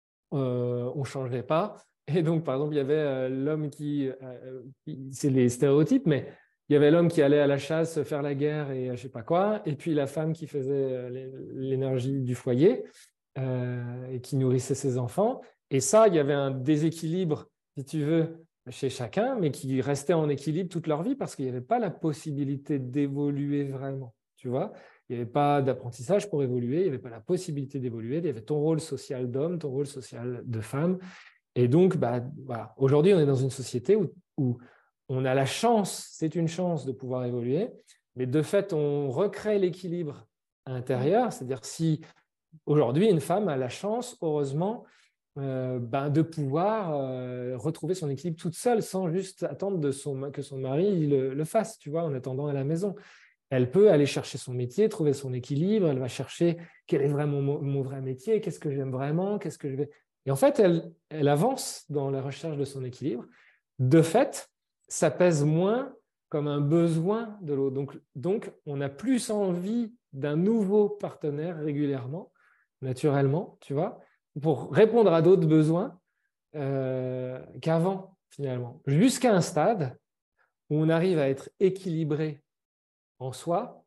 Speaker 2: euh, on ne changeait pas. Et donc, par exemple, il y avait euh, l'homme qui, euh, qui- c'est les stéréotypes, mais il y avait l'homme qui allait à la chasse, faire la guerre et euh, je sais pas quoi, et puis la femme qui faisait euh, l'é- l'énergie du foyer euh, et qui nourrissait ses enfants. Et ça, il y avait un déséquilibre, si tu veux, chez chacun, mais qui restait en équilibre toute leur vie parce qu'il n'y avait pas la possibilité d'évoluer vraiment, tu vois. Il n'y avait pas d'apprentissage pour évoluer, il n'y avait pas la possibilité d'évoluer, il y avait ton rôle social d'homme, ton rôle social de femme. Et donc, bah, voilà. Aujourd'hui, on est dans une société où, où on a la chance, c'est une chance de pouvoir évoluer, mais de fait, on recrée l'équilibre intérieur, c'est-à-dire si aujourd'hui, une femme a la chance, heureusement, euh, ben, de pouvoir euh, retrouver son équilibre toute seule sans juste attendre de son, que son mari le, le fasse, tu vois, en attendant à la maison. Elle peut aller chercher son métier, trouver son équilibre, elle va chercher quel est vraiment mon, mon vrai métier, qu'est-ce que j'aime vraiment, qu'est-ce que je vais... Et en fait, elle, elle avance dans la recherche de son équilibre. De fait, ça pèse moins comme un besoin de l'autre. Donc, donc, on a plus envie d'un nouveau partenaire régulièrement, naturellement, tu vois, pour répondre à d'autres besoins euh, qu'avant, finalement. Jusqu'à un stade où on arrive à être équilibré en soi.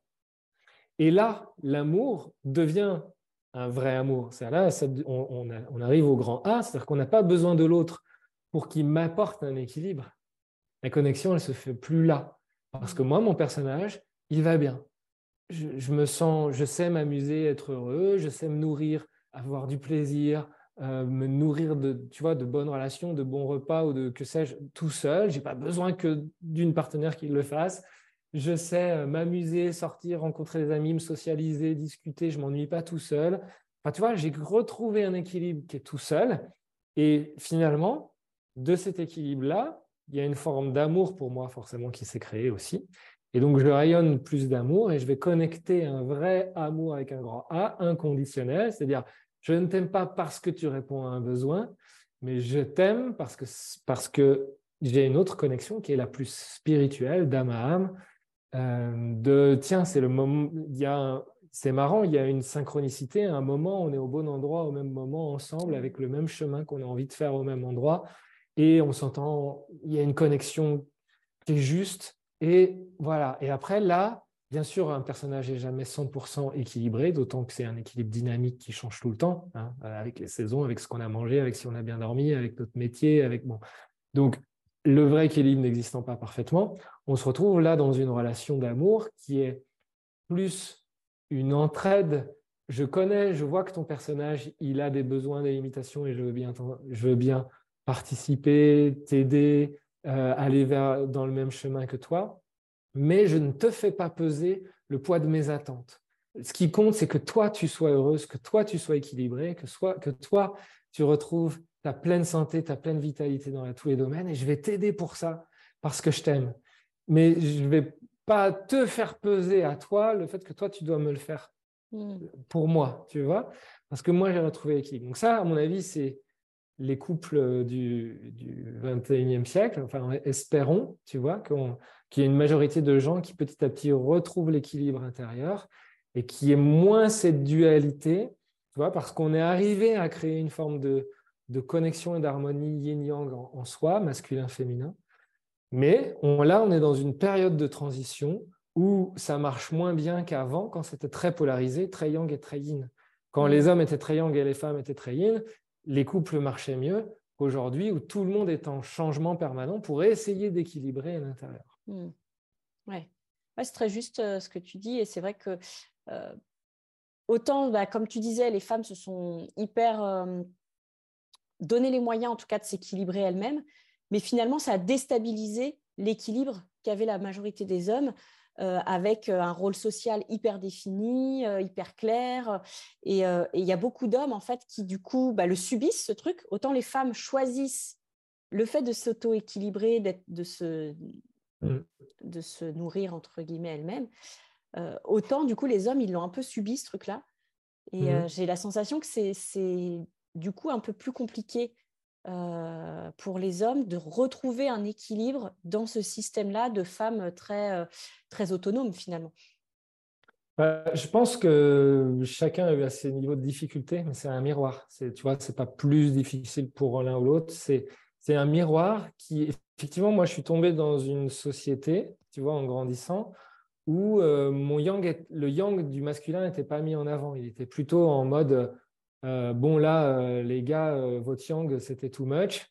Speaker 2: Et là, l'amour devient un vrai amour. C'est là, ça, on, on, a, on arrive au grand A, c'est-à-dire qu'on n'a pas besoin de l'autre pour qu'il m'apporte un équilibre. La connexion, elle se fait plus là. Parce que moi, mon personnage, il va bien. Je, je me sens, je sais m'amuser, être heureux, je sais me nourrir, avoir du plaisir, euh, me nourrir de, tu vois, de bonnes relations, de bons repas ou de que sais-je, tout seul. J'ai pas besoin que d'une partenaire qui le fasse. Je sais euh, m'amuser, sortir, rencontrer des amis, me socialiser, discuter. Je m'ennuie pas tout seul. Enfin, tu vois, j'ai retrouvé un équilibre qui est tout seul. Et finalement, de cet équilibre-là, il y a une forme d'amour pour moi forcément qui s'est créée aussi. Et donc, je rayonne plus d'amour et je vais connecter un vrai amour avec un grand A, inconditionnel, c'est-à-dire, je ne t'aime pas parce que tu réponds à un besoin, mais je t'aime parce que, parce que j'ai une autre connexion qui est la plus spirituelle, d'âme à âme, euh, de tiens, c'est le moment, il y a un- c'est marrant, il y a une synchronicité, à un moment, on est au bon endroit, au même moment, ensemble, avec le même chemin qu'on a envie de faire au même endroit, et on s'entend, il y a une connexion qui est juste. Et voilà. Et après, là, bien sûr, un personnage n'est jamais cent pour cent équilibré, d'autant que c'est un équilibre dynamique qui change tout le temps, hein, avec les saisons, avec ce qu'on a mangé, avec si on a bien dormi, avec notre métier, avec bon. Donc, le vrai équilibre n'existant pas parfaitement, on se retrouve là dans une relation d'amour qui est plus une entraide. Je connais, je vois que ton personnage, il a des besoins, des limitations et je veux bien, je veux bien participer, t'aider, euh, aller vers, dans le même chemin que toi, mais je ne te fais pas peser le poids de mes attentes. Ce qui compte, c'est que toi, tu sois heureuse, que toi, tu sois équilibré, que, soit, que toi, tu retrouves ta pleine santé, ta pleine vitalité dans tous les domaines, et je vais t'aider pour ça, parce que je t'aime. Mais je ne vais pas te faire peser à toi le fait que toi, tu dois me le faire
Speaker 1: Mm.
Speaker 2: pour moi, tu vois, parce que moi, j'ai retrouvé l'équilibre. Donc ça, à mon avis, c'est les couples du, du vingt et unième siècle, enfin, espérons, tu vois, qu'on, qu'il y ait une majorité de gens qui petit à petit retrouvent l'équilibre intérieur et qui est moins cette dualité, tu vois, parce qu'on est arrivé à créer une forme de, de connexion et d'harmonie yin-yang en, en soi, masculin-féminin. Mais on, là, on est dans une période de transition où ça marche moins bien qu'avant, quand c'était très polarisé, très yang et très yin. Quand les
Speaker 1: Mm.
Speaker 2: hommes étaient très yang et les femmes étaient très yin, les couples marchaient mieux qu'aujourd'hui, où tout le monde est en changement permanent pour essayer d'équilibrer à l'intérieur.
Speaker 1: Mm. Ouais. Ouais, c'est très juste euh, ce que tu dis. Et c'est vrai que euh, autant, bah, comme tu disais, les femmes se sont hyper euh, donné les moyens, en tout cas, de s'équilibrer elles-mêmes. Mais finalement, ça a déstabilisé l'équilibre qu'avait la majorité des hommes, euh, avec un rôle social hyper défini, euh, hyper clair. Et euh, et il y a beaucoup d'hommes, en fait, qui, du coup, bah, le subissent, ce truc. Autant les femmes choisissent le fait de s'auto-équilibrer, d'être, de, se,
Speaker 2: Mm.
Speaker 1: de se nourrir, entre guillemets, elles-mêmes. Euh, autant, du coup, les hommes, ils l'ont un peu subi, ce truc-là. Et euh,
Speaker 2: Mm.
Speaker 1: j'ai la sensation que c'est, c'est, du coup, un peu plus compliqué euh, pour les hommes de retrouver un équilibre dans ce système-là de femmes très, euh, très autonomes finalement?
Speaker 2: Bah, je pense que chacun a eu à ses niveaux de difficulté, mais c'est un miroir. C'est, tu vois, c'est pas plus difficile pour l'un ou l'autre. C'est, c'est un miroir qui, effectivement, moi, je suis tombé dans une société, tu vois, en grandissant, où euh, mon yang est- le yang du masculin n'était pas mis en avant. Il était plutôt en mode, euh, bon, là, euh, les gars, euh, votre yang, c'était too much.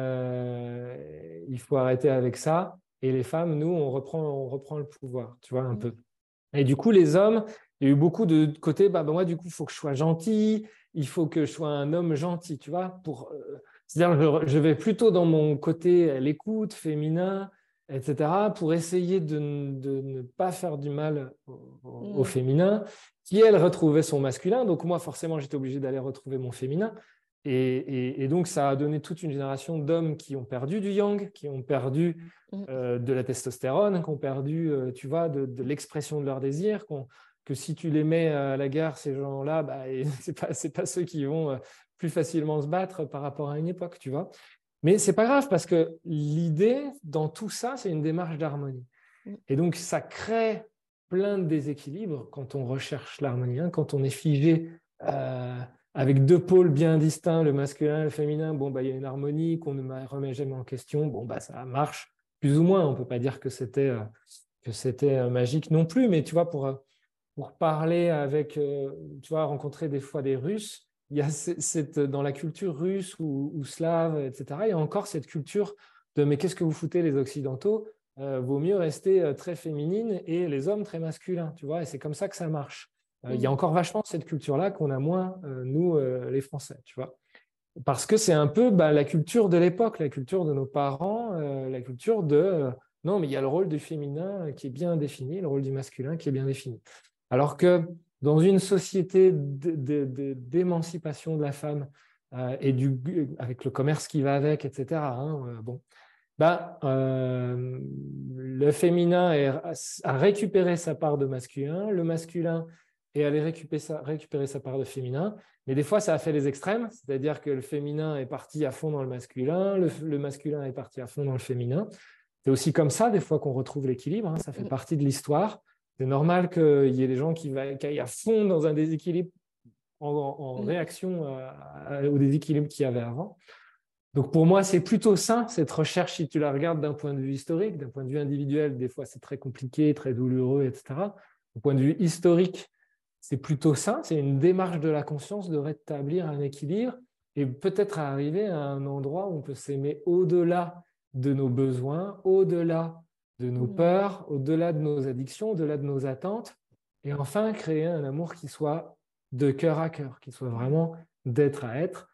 Speaker 2: Euh, il faut arrêter avec ça. Et les femmes, nous, on reprend, on reprend le pouvoir, tu vois, un
Speaker 1: Mm.
Speaker 2: peu. Et du coup, les hommes, il y a eu beaucoup de côté, bah, bah, moi, du coup, il faut que je sois gentil, il faut que je sois un homme gentil, tu vois. Pour, euh, c'est-à-dire, je, je vais plutôt dans mon côté euh, l'écoute, féminin, et cetera, pour essayer de, n- de ne pas faire du mal au, au- au
Speaker 1: Mm.
Speaker 2: féminin, qui, elle, retrouvait son masculin. Donc, moi, forcément, j'étais obligé d'aller retrouver mon féminin. Et, et- et donc, ça a donné toute une génération d'hommes qui ont perdu du yang, qui ont perdu
Speaker 1: Mm.
Speaker 2: euh, de la testostérone, qui ont perdu, euh, tu vois, de, de l'expression de leur désir, qu'on- que si tu les mets à la gare, ces gens-là, bah, et c'est pas, c'est pas ceux qui vont euh, plus facilement se battre par rapport à une époque, tu vois. Mais c'est pas grave parce que l'idée dans tout ça, c'est une démarche d'harmonie.
Speaker 1: Mm.
Speaker 2: Et donc, ça crée plein de déséquilibres quand on recherche l'harmonie, hein, quand on est figé euh, avec deux pôles bien distincts, le masculin et le féminin. Bon, bah, il y a une harmonie qu'on ne remet jamais en question. Bon, bah, ça marche plus ou moins. On ne peut pas dire que c'était euh, que c'était euh, magique non plus, mais tu vois, pour, euh, pour parler avec, euh, tu vois, rencontrer des fois des Russes, il y a cette, dans la culture russe ou, ou slave, et cetera, il y a encore cette culture de mais qu'est-ce que vous foutez les Occidentaux? Euh, vaut mieux rester euh, très féminine et les hommes très masculins, tu vois, et c'est comme ça que ça marche. Euh, il y a
Speaker 1: Mm.
Speaker 2: encore vachement cette culture-là qu'on a moins, euh, nous, euh, les Français, tu vois. Parce que c'est un peu bah, la culture de l'époque, la culture de nos parents, euh, la culture de euh, non, mais il y a le rôle du féminin qui est bien défini, le rôle du masculin qui est bien défini. Alors que dans une société de- de- de- d'émancipation de la femme euh, et du, avec le commerce qui va avec, et cetera, hein, euh, bon, bah, euh, le féminin est, a récupéré sa part de masculin, le masculin est allé récupérer sa, récupérer sa part de féminin, mais des fois ça a fait les extrêmes, c'est-à-dire que le féminin est parti à fond dans le masculin, le, le masculin est parti à fond dans le féminin. C'est aussi comme ça des fois qu'on retrouve l'équilibre, hein, ça fait
Speaker 1: Mm.
Speaker 2: partie de l'histoire. C'est normal qu'il y ait des gens qui, va, qui aillent à fond dans un déséquilibre en, en
Speaker 1: Mm.
Speaker 2: réaction à, à, au déséquilibre qu'il y avait avant. Donc pour moi, c'est plutôt sain, cette recherche, si tu la regardes d'un point de vue historique, d'un point de vue individuel, des fois c'est très compliqué, très douloureux, et cetera. D'un point de vue historique, c'est plutôt sain, c'est une démarche de la conscience de rétablir un équilibre et peut-être arriver à un endroit où on peut s'aimer au-delà de nos besoins, au-delà de nos
Speaker 1: Mm.
Speaker 2: peurs, au-delà de nos addictions, au-delà de nos attentes, et enfin créer un amour qui soit de cœur à cœur, qui soit vraiment d'être à être.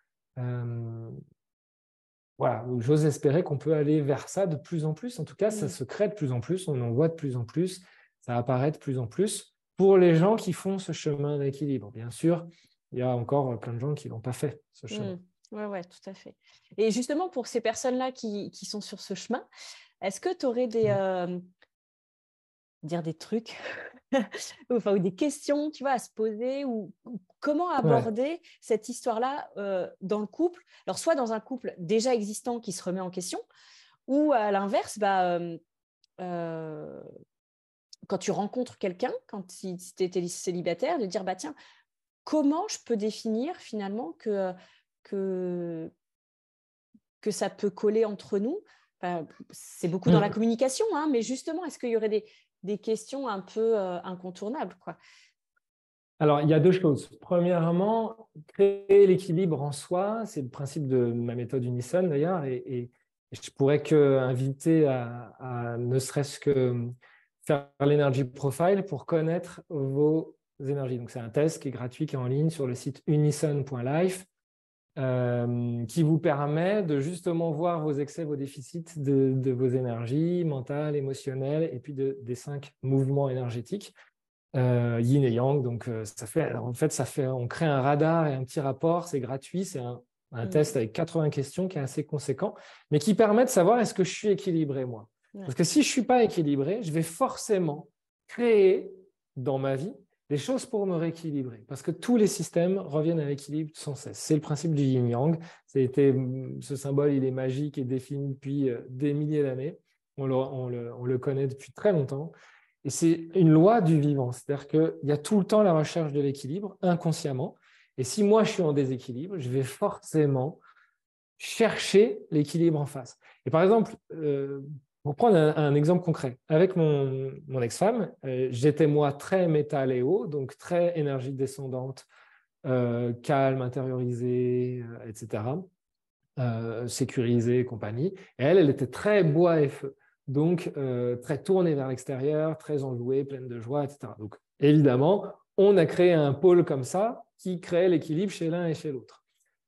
Speaker 2: Euh, voilà, donc j'ose espérer qu'on peut aller vers ça de plus en plus. En tout cas, ça
Speaker 1: Mm.
Speaker 2: se crée de plus en plus, on en voit de plus en plus, ça apparaît de plus en plus pour les gens qui font ce chemin d'équilibre. Bien sûr, il y a encore plein de gens qui n'ont pas fait ce
Speaker 1: Mm.
Speaker 2: chemin.
Speaker 1: Ouais, ouais, tout à fait. Et justement, pour ces personnes-là qui, qui sont sur ce chemin, est-ce que tu aurais des, euh, dire des trucs, enfin, ou des questions, tu vois, à se poser, ou, ou comment
Speaker 2: Ouais.
Speaker 1: aborder cette histoire-là euh, dans le couple? Alors, soit dans un couple déjà existant qui se remet en question, ou à l'inverse, bah, euh, euh, quand tu rencontres quelqu'un, quand tu étais célibataire, de dire, bah tiens, comment je peux définir finalement que, que, que ça peut coller entre nous? Enfin, c'est beaucoup dans la
Speaker 2: Mm.
Speaker 1: communication, hein, mais justement, est-ce qu'il y aurait des, des questions un peu euh, incontournables, quoi?
Speaker 2: Alors, il y a deux choses. Premièrement, créer l'équilibre en soi, c'est le principe de ma méthode Unison d'ailleurs, et, et- et je pourrais que inviter à, à ne serait-ce que faire l'energy profile pour connaître vos énergies. Donc, c'est un test qui est gratuit, qui est en ligne sur le site unison point life, euh, qui vous permet de justement voir vos excès, vos déficits de, de vos énergies mentales, émotionnelles, et puis de- des cinq mouvements énergétiques. Euh, yin et yang, donc euh, ça fait, en fait, ça fait, on crée un radar et un petit rapport, c'est gratuit, c'est un, un
Speaker 1: Mmh.
Speaker 2: test avec quatre-vingts questions qui est assez conséquent, mais qui permet de savoir est-ce que je suis équilibré moi.
Speaker 1: Ouais.
Speaker 2: Parce que si je suis pas équilibré, je vais forcément créer dans ma vie des choses pour me rééquilibrer. Parce que tous les systèmes reviennent à l'équilibre sans cesse. C'est le principe du yin-yang. Ce symbole, il est magique et défini depuis des milliers d'années. On le, on, le, on le connaît depuis très longtemps. Et c'est une loi du vivant. C'est-à-dire qu'il y a tout le temps la recherche de l'équilibre, inconsciemment. Et si moi, je suis en déséquilibre, je vais forcément chercher l'équilibre en face. Et par exemple, euh, pour prendre un, un exemple concret, avec mon, mon ex-femme, euh, j'étais moi très métal et haut, donc très énergie descendante, euh, calme, intériorisée, euh, et cetera, euh, sécurisée et compagnie. Et elle, elle était très bois et feu, donc euh, très tournée vers l'extérieur, très enjouée, pleine de joie, et cetera. Donc évidemment, on a créé un pôle comme ça qui crée l'équilibre chez l'un et chez l'autre.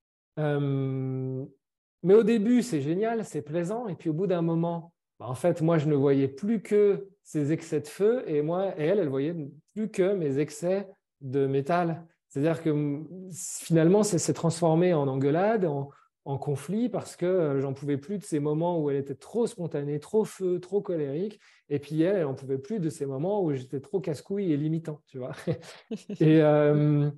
Speaker 2: Euh, mais au début, c'est génial, c'est plaisant, et puis au bout d'un moment, bah, en fait, moi, je ne voyais plus que ces excès de feu, et moi, et elle, elle voyait plus que mes excès de métal. C'est-à-dire que finalement, ça s'est transformé en engueulade, en, en conflit, parce que j'en pouvais plus de ces moments où elle était trop spontanée, trop feu, trop colérique, et puis elle, elle n'en pouvait plus de ces moments où j'étais trop casse-couille et limitant, tu vois. Et, euh,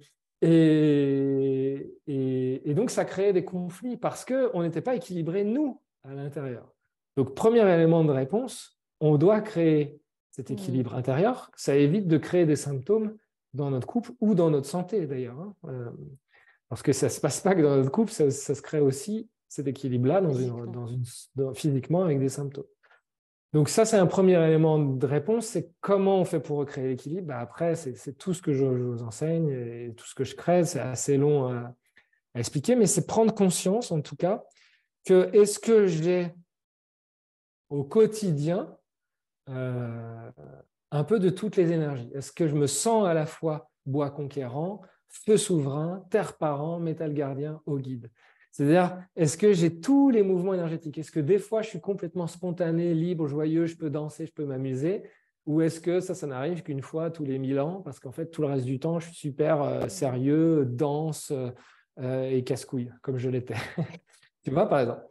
Speaker 2: et, et, et donc, ça créait des conflits parce qu'on n'était pas équilibrés, nous, à l'intérieur. Donc, premier élément de réponse, on doit créer cet équilibre mmh. intérieur. Ça évite de créer des symptômes dans notre couple ou dans notre santé, d'ailleurs. Hein. Euh, parce que ça ne se passe pas que dans notre couple, ça, ça se crée aussi cet équilibre-là dans une, dans une, dans, physiquement avec des symptômes. Donc ça, c'est un premier élément de réponse, c'est comment on fait pour recréer l'équilibre. Ben après, c'est tout ce que je, je vous enseigne et tout ce que je crée, c'est assez long à, à expliquer, mais c'est prendre conscience, en tout cas, que est-ce que j'ai au quotidien euh, un peu de toutes les énergies? Est-ce que je me sens à la fois bois conquérant, feu souverain, terre parent, métal gardien, eau guide? C'est-à-dire, est-ce que j'ai tous les mouvements énergétiques? Est-ce que des fois, je suis complètement spontané, libre, joyeux, je peux danser, je peux m'amuser? Ou est-ce que ça, ça n'arrive qu'une fois tous les mille ans? Parce qu'en fait, tout le reste du temps, je suis super euh, sérieux, dense euh, et casse-couille, comme je l'étais. Tu vois, par exemple.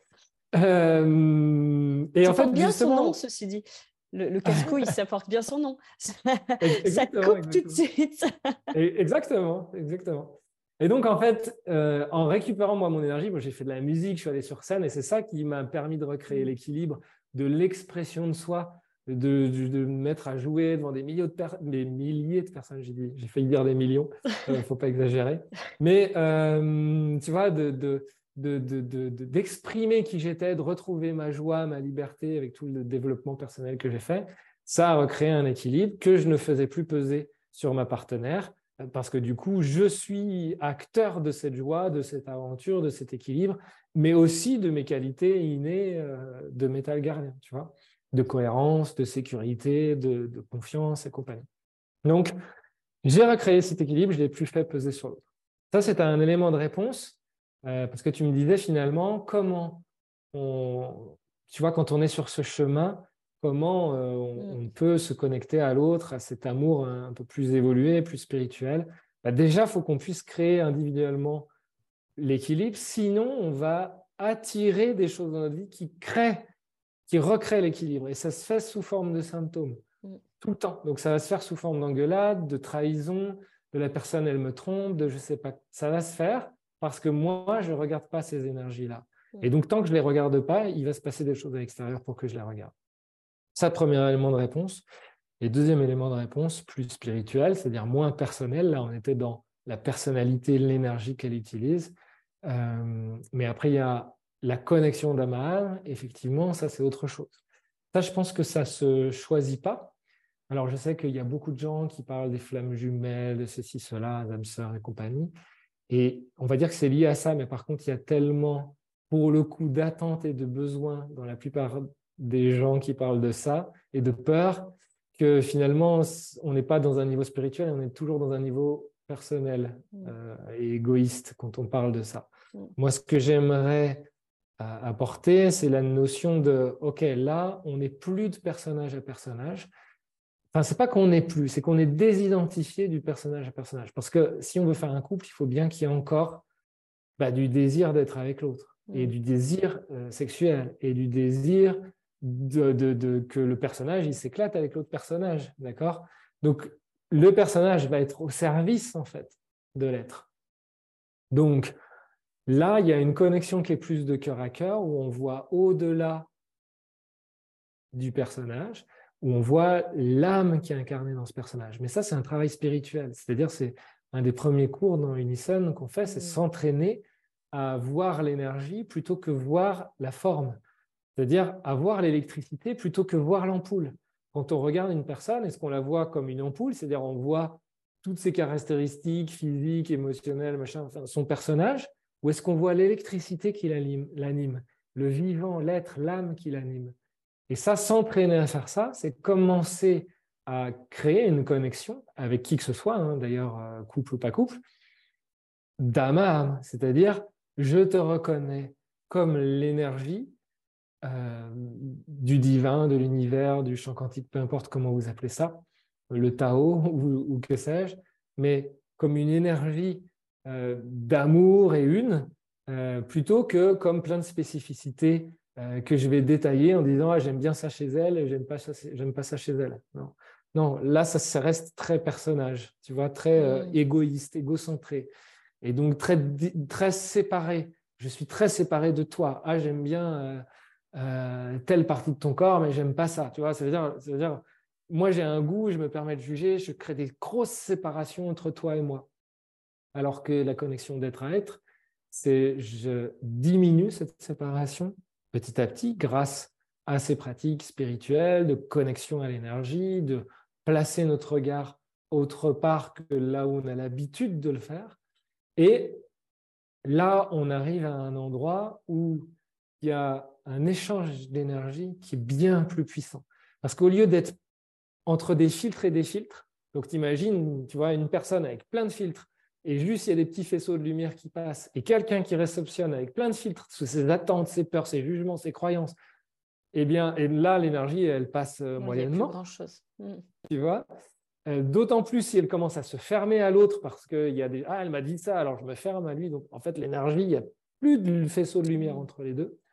Speaker 2: Euh, et
Speaker 1: ça
Speaker 2: en fait,
Speaker 1: porte bien
Speaker 2: justement...
Speaker 1: son nom, ceci dit. Le, le casse-couille, ça porte bien son nom. Ça, ça coupe
Speaker 2: exactement.
Speaker 1: tout de suite.
Speaker 2: Exactement, exactement. Et donc, en fait, euh, en récupérant moi mon énergie, moi j'ai fait de la musique, je suis allé sur scène et c'est ça qui m'a permis de recréer l'équilibre de l'expression de soi, de, de, de me mettre à jouer devant des milliers de, per des milliers de personnes, j'ai dit, j'ai failli dire des millions, il ne faut pas exagérer. Mais euh, tu vois, de, de, de, de, de, d'exprimer qui j'étais, de retrouver ma joie, ma liberté avec tout le développement personnel que j'ai fait, ça a recréé un équilibre que je ne faisais plus peser sur ma partenaire. Parce que du coup, je suis acteur de cette joie, de cette aventure, de cet équilibre, mais aussi de mes qualités innées euh, de métal gardien, tu vois, de cohérence, de sécurité, de, de confiance et compagnie. Donc, j'ai recréé cet équilibre, je ne l'ai plus fait peser sur l'autre. Ça, c'est un élément de réponse, euh, parce que tu me disais finalement comment, on, tu vois, quand on est sur ce chemin, comment euh, on, on peut se connecter à l'autre, à cet amour un peu plus évolué, plus spirituel. Bah déjà, il faut qu'on puisse créer individuellement l'équilibre, sinon on va attirer des choses dans notre vie qui créent, qui recréent l'équilibre. Et ça se fait sous forme de symptômes, mm. tout le temps. Donc ça va se faire sous forme d'engueulade, de trahison, de la personne, elle me trompe, de je ne sais pas. Ça va se faire parce que moi, je ne regarde pas ces énergies-là. Mm. Et donc, tant que je ne les regarde pas, il va se passer des choses à l'extérieur pour que je les regarde. Ça, premier élément de réponse. Et deuxième élément de réponse, plus spirituel, c'est-à-dire moins personnel. Là, on était dans la personnalité, l'énergie qu'elle utilise. Euh, mais après, il y a la connexion d'âme à âme. Effectivement, ça, c'est autre chose. Ça, je pense que ça ne se choisit pas. Alors, je sais qu'il y a beaucoup de gens qui parlent des flammes jumelles, de ceci, cela, d'âme sœur et compagnie. Et on va dire que c'est lié à ça, mais par contre, il y a tellement, pour le coup, d'attentes et de besoins dans la plupart des gens qui parlent de ça et de peur, que finalement, on n'est pas dans un niveau spirituel, on est toujours dans un niveau personnel euh, et égoïste quand on parle de ça. Moi, ce que j'aimerais euh, apporter, c'est la notion de, OK, là, on n'est plus de personnage à personnage. Enfin, c'est pas qu'on n'est plus, c'est qu'on est désidentifié du personnage à personnage. Parce que si on veut faire un couple, il faut bien qu'il y ait encore bah, du désir d'être avec l'autre, mmh. et du désir euh, sexuel, et du désir de, de, de, que le personnage il s'éclate avec l'autre personnage, d'accord? Donc, le personnage va être au service, en fait, de l'être. Donc, là, il y a une connexion qui est plus de cœur à cœur, où on voit au-delà du personnage, où on voit l'âme qui est incarnée dans ce personnage. Mais ça, c'est un travail spirituel. C'est-à-dire, c'est un des premiers cours dans Unison qu'on fait, c'est
Speaker 1: Mm.
Speaker 2: s'entraîner à voir l'énergie plutôt que voir la forme. C'est-à-dire à voir l'électricité plutôt que voir l'ampoule. Quand on regarde une personne, est-ce qu'on la voit comme une ampoule? C'est-à-dire on voit toutes ses caractéristiques physiques, émotionnelles, machin, enfin, son personnage, ou est-ce qu'on voit l'électricité qui l'anime, le vivant, l'être, l'âme qui l'anime? Et ça, s'entraîner à faire ça, c'est commencer à créer une connexion avec qui que ce soit, hein, d'ailleurs, euh, couple ou pas couple, d'âme à âme. C'est-à-dire, je te reconnais comme l'énergie euh, du divin, de l'univers, du champ quantique, peu importe comment vous appelez ça, le Tao ou, ou que sais-je, mais comme une énergie euh, d'amour et une, euh, plutôt que comme plein de spécificités euh, que je vais détailler en disant ah, j'aime bien ça chez elle et j'aime pas ça, j'aime pas ça chez elle. Non, non là, ça, ça reste très personnage, tu vois, très euh,
Speaker 1: Mm.
Speaker 2: égoïste, égocentré, et donc très, très séparé. Je suis très séparé de toi. Ah, j'aime bien euh, euh, telle partie de ton corps, mais j'aime pas ça. Tu vois, ça veut dire, ça veut dire, moi j'ai un goût, je me permets de juger, je crée des grosses séparations entre toi et moi. Alors que la connexion d'être à être, c'est je diminue cette séparation petit à petit grâce à ces pratiques spirituelles de connexion à l'énergie, de placer notre regard autre part que là où on a l'habitude de le faire. Et là, on arrive à un endroit où il y a un échange d'énergie qui est bien plus puissant. Parce qu'au lieu d'être entre des filtres et des filtres, donc tu imagines, tu vois, une personne avec plein de filtres, et juste il y a des petits faisceaux de lumière qui passent, et quelqu'un qui réceptionne avec plein de filtres, ses attentes, ses peurs, ses jugements, ses croyances, eh bien, et là, l'énergie, elle passe euh,
Speaker 1: Il n'y a plus
Speaker 2: moyennement,
Speaker 1: grand-chose. Mm.
Speaker 2: tu vois. Euh, D'autant plus si elle commence à se fermer à l'autre parce qu'il y a des ah, elle m'a dit ça, alors je me ferme à lui. Donc, en fait, l'énergie, il n'y a plus de faisceau de lumière
Speaker 1: Mm.
Speaker 2: entre les deux.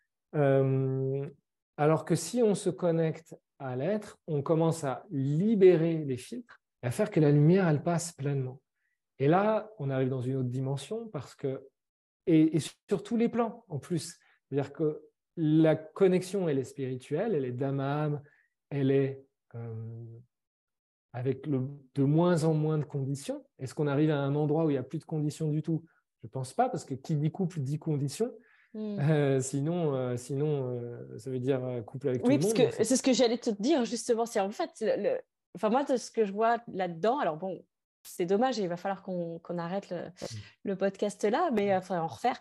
Speaker 2: Euh, alors que si on se connecte à l'être, on commence à libérer les filtres et à faire que la lumière, elle passe pleinement. Et là, on arrive dans une autre dimension parce que, et, et sur tous les plans en plus, c'est-à-dire que la connexion, elle est spirituelle, elle est d'âme à âme, elle est euh, avec le, de moins en moins de conditions. Est-ce qu'on arrive à un endroit où il n'y a plus de conditions du tout? Je ne pense pas, parce que qui dit couple dit conditions.
Speaker 1: Mm.
Speaker 2: Euh, sinon, euh, sinon euh, ça veut dire euh, couple avec tout
Speaker 1: Oui,
Speaker 2: le
Speaker 1: parce
Speaker 2: monde.
Speaker 1: que c'est ce que j'allais te dire justement. C'est en fait, le, le- enfin moi, de ce que je vois là-dedans, alors bon, c'est dommage, il va falloir qu'on qu'on arrête le, le podcast là, mais il euh, faudrait en refaire.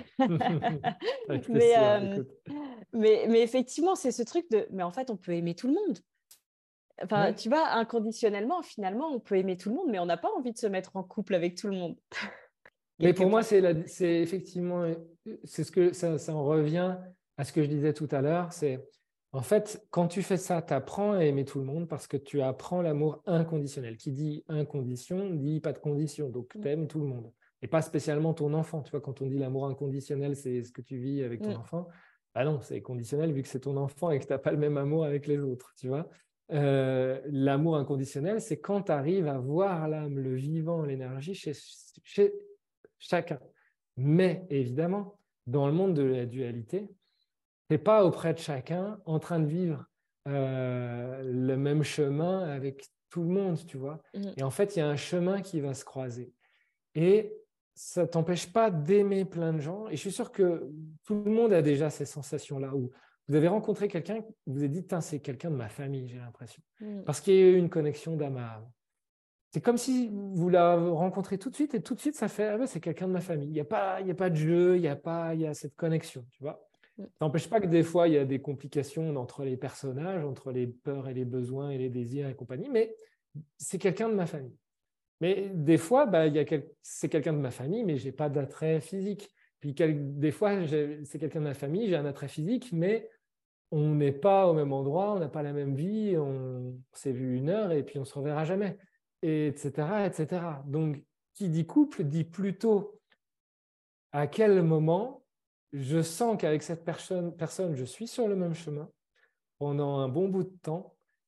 Speaker 2: Avec
Speaker 1: mais,
Speaker 2: plaisir,
Speaker 1: euh,
Speaker 2: écoute.
Speaker 1: mais, mais effectivement, c'est ce truc de, mais en fait, on peut aimer tout le monde. Enfin,
Speaker 2: Ouais.
Speaker 1: tu vois, inconditionnellement, finalement, on peut aimer tout le monde, mais on n'a pas envie de se mettre en couple avec tout le monde.
Speaker 2: Mais
Speaker 1: Quelque
Speaker 2: pour moi,
Speaker 1: part.
Speaker 2: c'est la- c'est effectivement, c'est ce que ça, ça en revient à ce que je disais tout à l'heure. C'est en fait, quand tu fais ça, tu apprends à aimer tout le monde parce que tu apprends l'amour inconditionnel. Qui dit incondition dit pas de condition. Donc, tu
Speaker 1: Mm.
Speaker 2: aimes tout le monde. Et pas spécialement ton enfant. Tu vois, quand on dit l'amour inconditionnel, c'est ce que tu vis avec ton
Speaker 1: Mm.
Speaker 2: enfant. Bah non, c'est conditionnel vu que c'est ton enfant et que tu n'as pas le même amour avec les autres. Tu vois. Euh, l'amour inconditionnel, c'est quand tu arrives à voir l'âme, le vivant, l'énergie chez, chez chacun. Mais évidemment, dans le monde de la dualité, tu n'es pas auprès de chacun en train de vivre euh, le même chemin avec tout le monde, tu vois.
Speaker 1: Mm.
Speaker 2: Et en fait, il y a un chemin qui va se croiser. Et ça ne t'empêche pas d'aimer plein de gens. Et je suis sûr que tout le monde a déjà ces sensations-là où vous avez rencontré quelqu'un, vous vous êtes dit, c'est quelqu'un de ma famille, j'ai l'impression.
Speaker 1: Mm.
Speaker 2: Parce qu'il y a eu une connexion d'âme à âme. C'est comme si vous la rencontrez tout de suite et tout de suite, ça fait, ah ben, c'est quelqu'un de ma famille. Il n'y a pas, il y a pas de jeu, il y a pas, il y a cette connexion, tu vois.
Speaker 1: Mm.
Speaker 2: Ça n'empêche pas que des fois, il y a des complications entre les personnages, entre les peurs et les besoins et les désirs et compagnie, mais c'est quelqu'un de ma famille. Mais des fois, bah, il y a quel... c'est quelqu'un de ma famille, mais je n'ai pas d'attrait physique. Puis quel... des fois, c'est quelqu'un de ma famille, j'ai un attrait physique, mais on n'est pas au même endroit, on n'a pas la même vie, on s'est vu une heure et puis on ne se reverra jamais, et etc., et cetera. Donc, qui dit couple dit plutôt à quel moment je sens qu'avec cette personne, personne, je suis sur le même chemin pendant un bon bout de temps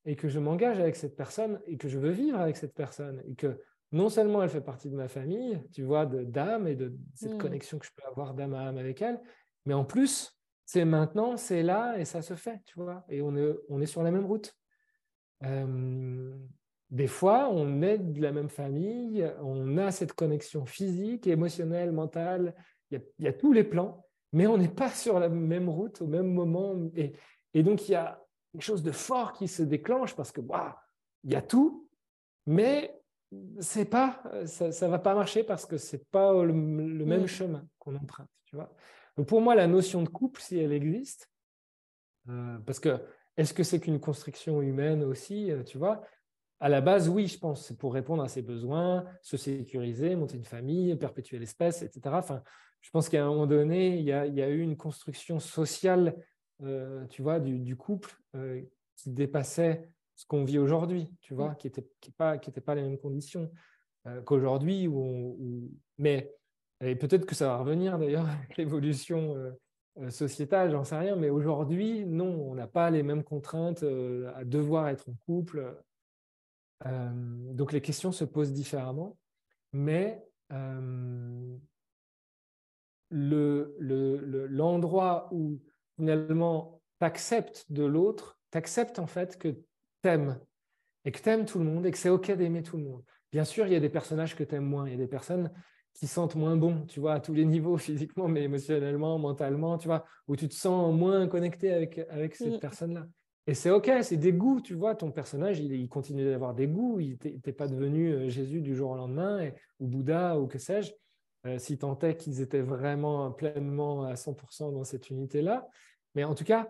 Speaker 2: et que je m'engage avec cette personne et que je veux vivre avec cette personne et que non seulement elle fait partie de ma famille, tu vois, de- d'âme et de cette
Speaker 1: Mm.
Speaker 2: connexion que je peux avoir d'âme à âme avec elle, mais en plus, c'est maintenant, c'est là et ça se fait, tu vois, et on est, on est sur la même route. Euh, des fois, on est de la même famille, on a cette connexion physique, émotionnelle, mentale, il y a, il y a tous les plans, mais on n'est pas sur la même route au même moment. Et, et donc, il y a quelque chose de fort qui se déclenche parce que, waouh, il y a tout, mais c'est pas, ça ne va pas marcher parce que ce n'est pas le, le même
Speaker 1: Mm.
Speaker 2: chemin qu'on emprunte, tu vois. Donc, pour moi, la notion de couple, si elle existe, euh, parce que est-ce que c'est qu'une construction humaine aussi, euh, tu vois? À la base, oui, je pense, c'est pour répondre à ses besoins, se sécuriser, monter une famille, perpétuer l'espèce, et cetera. Enfin, je pense qu'à un moment donné, il y a, il y a eu une construction sociale, euh, tu vois, du, du couple euh, qui dépassait ce qu'on vit aujourd'hui, tu
Speaker 1: Mm.
Speaker 2: vois, qui n'était qui pas, qui était pas les mêmes conditions euh, qu'aujourd'hui. Où on- où- Mais et peut-être que ça va revenir d'ailleurs avec l'évolution euh, euh, sociétale, j'en sais rien. Mais aujourd'hui, non, on n'a pas les mêmes contraintes euh, à devoir être en couple. Euh, donc les questions se posent différemment, mais euh, le, le, le- l'endroit où finalement tu acceptes de l'autre, tu acceptes en fait que tu aimes et que tu aimes tout le monde et que c'est OK d'aimer tout le monde. Bien sûr, il y a des personnages que tu aimes moins, il y a des personnes qui sentent moins bon, tu vois, à tous les niveaux, physiquement, mais émotionnellement, mentalement, tu vois, où tu te sens moins connecté avec, avec cette
Speaker 1: Mm.
Speaker 2: personne-là. Et c'est OK, c'est des goûts, tu vois, ton personnage, il, il continue d'avoir des goûts, il n'était pas devenu euh, Jésus du jour au lendemain, et- ou Bouddha, ou que sais-je, euh, si tant est qu'ils étaient vraiment pleinement à cent pour cent dans cette unité-là. Mais en tout cas,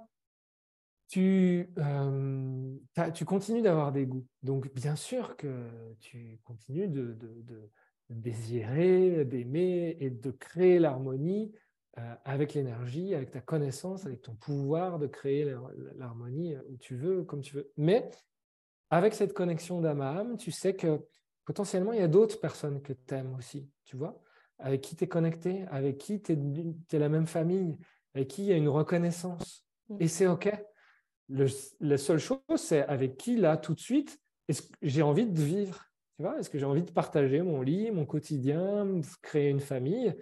Speaker 2: tu, euh, t'as- tu continues d'avoir des goûts. Donc, bien sûr que tu continues de, de- de désirer, d'aimer et de créer l'harmonie euh, avec l'énergie, avec ta connaissance, avec ton pouvoir de créer l'har- l'harmonie où tu veux, comme tu veux. Mais avec cette connexion d'âme à âme, tu sais que potentiellement, il y a d'autres personnes que tu aimes aussi, tu vois, avec qui tu es connecté, avec qui tu es, la même famille, avec qui il y a une reconnaissance.
Speaker 1: Mm.
Speaker 2: Et c'est OK. Le, la seule chose, c'est avec qui, là, tout de suite, est-ce que j'ai envie de vivre? Tu vois, est-ce que j'ai envie de partager mon lit, mon quotidien, créer une famille?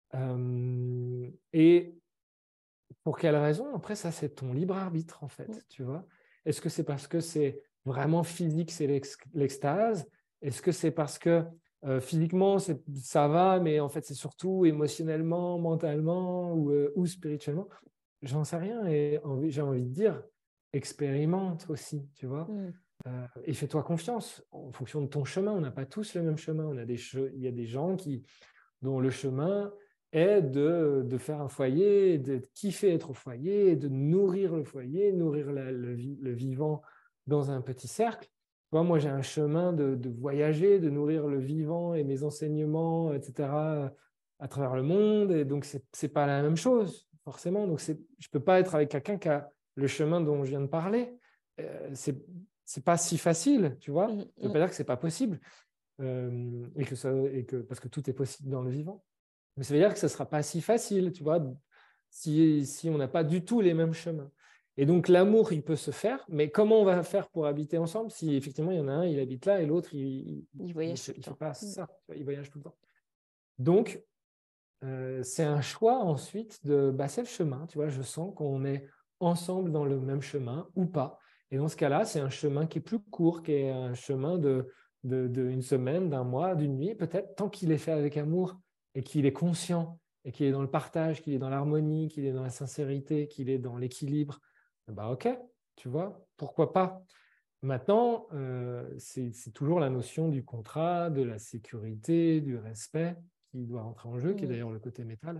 Speaker 2: Euh, et pour quelle raison? Après, ça, c'est ton libre arbitre, en
Speaker 1: Mm.
Speaker 2: fait, tu vois. Est-ce que c'est parce que c'est vraiment physique, c'est l'ex- l'extase? Est-ce que c'est parce que euh, physiquement, c'est- ça va, mais en fait, c'est surtout émotionnellement, mentalement ou, euh, ou spirituellement? J'en sais rien et envie- j'ai envie de dire, expérimente aussi, tu vois.
Speaker 1: Mm.
Speaker 2: Euh, et fais-toi confiance en fonction de ton chemin. On n'a pas tous le même chemin. On a des che- il y a des gens qui, dont le chemin est de, de faire un foyer, de kiffer être au foyer, de nourrir le foyer, nourrir la- le, vi- le vivant dans un petit cercle. Tu vois, moi, j'ai un chemin de, de voyager, de nourrir le vivant et mes enseignements, et cetera, à travers le monde. Et donc, c'est c'est pas la même chose, forcément. Donc, c'est, je peux pas être avec quelqu'un qui a le chemin dont je viens de parler. Euh, c'est c'est pas si facile, tu vois.
Speaker 1: Mm.
Speaker 2: Ça veut
Speaker 1: Mm.
Speaker 2: pas dire que c'est pas possible, euh, et que ça, et que, parce que tout est possible dans le vivant. Mais ça veut dire que ce ne sera pas si facile, tu vois, si, si on n'a pas du tout les mêmes chemins. Et donc l'amour, il peut se faire, mais comment on va faire pour habiter ensemble si effectivement il y en a un, il habite là et l'autre, il
Speaker 1: Il
Speaker 2: ne
Speaker 1: voyage tout
Speaker 2: fait,
Speaker 1: le
Speaker 2: il fait
Speaker 1: temps.
Speaker 2: pas
Speaker 1: Mm.
Speaker 2: ça, tu vois, il voyage tout le temps. Donc, euh, c'est un choix ensuite de, bah, c'est le chemin, tu vois, je sens qu'on est ensemble dans le même chemin ou pas. Et dans ce cas-là, c'est un chemin qui est plus court, qui est un chemin de, de, de une semaine, d'un mois, d'une nuit, peut-être, tant qu'il est fait avec amour et qu'il est conscient et qu'il est dans le partage, qu'il est dans l'harmonie, qu'il est dans la sincérité, qu'il est dans l'équilibre. Bah ok, tu vois, pourquoi pas? Maintenant, euh, c'est c'est toujours la notion du contrat, de la sécurité, du respect qui doit rentrer en jeu, qui est
Speaker 1: Mm.
Speaker 2: d'ailleurs le côté métal.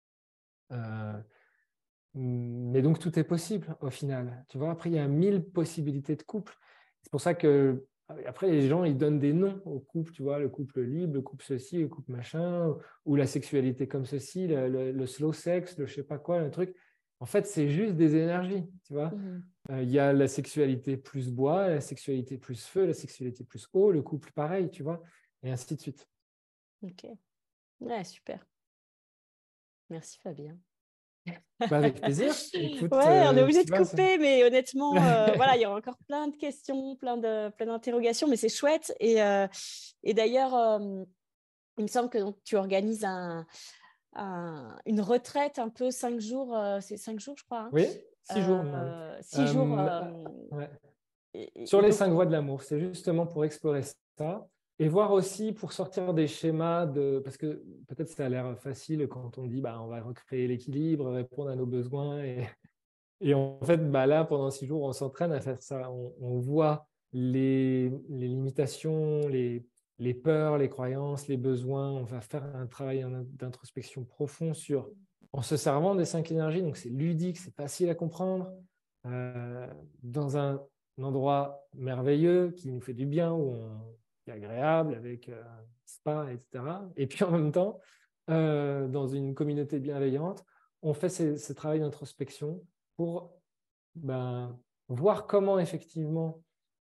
Speaker 2: Euh, mais donc tout est possible au final. Tu vois, après, il y a mille possibilités de couple. C'est pour ça que après, les gens, ils donnent des noms au couple, tu vois, le couple libre, le couple ceci, le couple machin, ou la sexualité comme ceci, le, le- le slow sex, le je sais pas quoi, le truc. En fait, c'est juste des énergies, tu vois.
Speaker 1: Mm.
Speaker 2: Euh, Il y a la sexualité plus bois, la sexualité plus feu, la sexualité plus eau, le couple pareil, tu vois, et ainsi de suite.
Speaker 1: Ok. Ouais, super. Merci Fabien.
Speaker 2: Bah, avec plaisir. Écoute,
Speaker 1: Ouais, on est
Speaker 2: euh,
Speaker 1: obligé
Speaker 2: tu
Speaker 1: de
Speaker 2: vois, ça-
Speaker 1: couper, mais honnêtement, euh, voilà, il y a encore plein de questions, plein de, plein d'interrogations, mais c'est chouette. Et, euh, et d'ailleurs, euh, il me semble que donc, tu organises un, un- une retraite un peu cinq jours, euh, c'est cinq jours, je crois, hein.
Speaker 2: Oui, six jours même.
Speaker 1: Euh, six jours.
Speaker 2: Euh,
Speaker 1: euh,
Speaker 2: ouais.
Speaker 1: et, et-
Speaker 2: Sur
Speaker 1: et
Speaker 2: les
Speaker 1: donc,
Speaker 2: cinq voies de l'amour, c'est justement pour explorer ça et voir aussi pour sortir des schémas de... Parce que peut-être ça a l'air facile quand on dit bah, on va recréer l'équilibre, répondre à nos besoins. Et, et en fait, bah, là, pendant six jours, on s'entraîne à faire ça. On, on voit les, les limitations, les, les peurs, les croyances, les besoins. On va faire un travail d'introspection profond sur, en se servant des cinq énergies. Donc, c'est ludique, c'est facile à comprendre. Euh, dans un, un endroit merveilleux qui nous fait du bien, où on est agréable, avec euh, un spa, et cetera. Et puis en même temps, euh, dans une communauté bienveillante, on fait ce, ce travail d'introspection pour ben, voir comment effectivement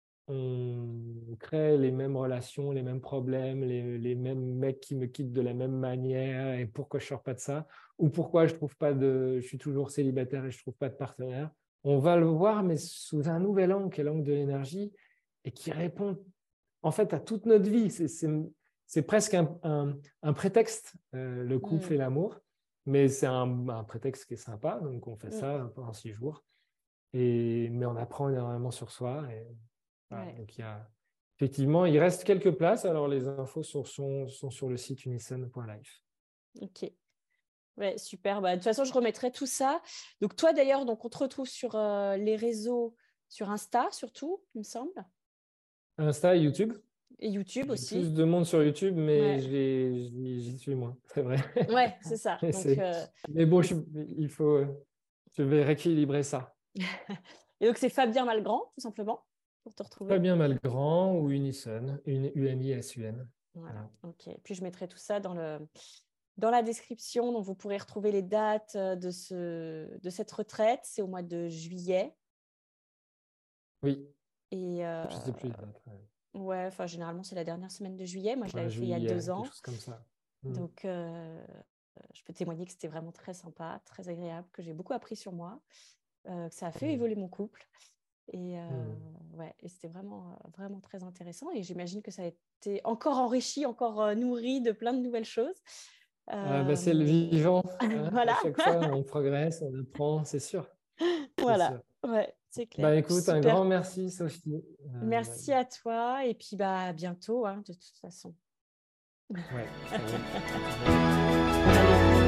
Speaker 2: on crée les mêmes relations, les mêmes problèmes, les, les mêmes mecs qui me quittent de la même manière et pourquoi je ne sors pas de ça, ou pourquoi je trouve pas de, je suis toujours célibataire et je ne trouve pas de partenaire. On va le voir, mais sous un nouvel angle, qui est l'angle de l'énergie, et qui répond en fait à toute notre vie. C'est, c'est, c'est presque un, un, un prétexte, euh, le couple
Speaker 1: mm,
Speaker 2: et l'amour, mais c'est un, un prétexte qui est sympa, donc on fait
Speaker 1: mm,
Speaker 2: ça pendant six jours. Et, mais on apprend énormément sur soi. Et, voilà,
Speaker 1: ouais,
Speaker 2: donc il y a, effectivement, il reste quelques places. Alors les infos sont, sont, sont sur le site unison point life.
Speaker 1: ok. Ouais, super. Bah, de toute façon, je remettrai tout ça. Donc, toi, d'ailleurs, donc, on te retrouve sur euh, les réseaux, sur Insta surtout, il me semble,
Speaker 2: Insta et YouTube.
Speaker 1: et YouTube
Speaker 2: J'ai
Speaker 1: aussi.
Speaker 2: plus de monde sur YouTube, mais
Speaker 1: Ouais,
Speaker 2: j'y, j'y, j'y suis moins, c'est vrai.
Speaker 1: ouais, c'est ça.
Speaker 2: Mais,
Speaker 1: Donc,
Speaker 2: c'est...
Speaker 1: euh,
Speaker 2: mais bon, je, il faut, je vais rééquilibrer ça.
Speaker 1: et donc, c'est Fabien Malgrand, tout simplement, pour te retrouver.
Speaker 2: Fabien Malgrand ou Unison, une U N I S U N.
Speaker 1: Voilà,
Speaker 2: Voilà.
Speaker 1: ok. Puis, je mettrai tout ça dans le, dans la description. Donc, vous pourrez retrouver les dates euh, de, ce, de cette retraite. C'est au mois de juillet.
Speaker 2: Oui,
Speaker 1: Et euh,
Speaker 2: je ne sais plus les dates. Ouais.
Speaker 1: ouais, enfin, généralement, c'est la dernière semaine de juillet. Moi, je
Speaker 2: Ouais,
Speaker 1: l'avais fait il y a
Speaker 2: juillet,
Speaker 1: deux
Speaker 2: quelque
Speaker 1: ans.
Speaker 2: chose comme ça. Hmm.
Speaker 1: Donc, euh, je peux témoigner que c'était vraiment très sympa, très agréable, que j'ai beaucoup appris sur moi, euh, que ça a fait
Speaker 2: Hmm.
Speaker 1: évoluer mon couple. Et, euh,
Speaker 2: Hmm.
Speaker 1: ouais, et c'était vraiment, vraiment très intéressant. Et j'imagine que ça a été encore enrichi, encore euh, nourri de plein de nouvelles choses.
Speaker 2: Ah, bah, c'est le
Speaker 1: Euh,
Speaker 2: vivant, hein. À
Speaker 1: voilà,
Speaker 2: chaque fois, on progresse, on apprend, c'est sûr. C'est
Speaker 1: voilà,
Speaker 2: sûr.
Speaker 1: ouais, c'est
Speaker 2: Bah,
Speaker 1: clair.
Speaker 2: écoute, un
Speaker 1: Super.
Speaker 2: grand merci, Sophie. Euh,
Speaker 1: Merci à toi. Et puis, bah, à bientôt, hein, de toute façon.
Speaker 2: ouais, ça roule.
Speaker 1: Allez.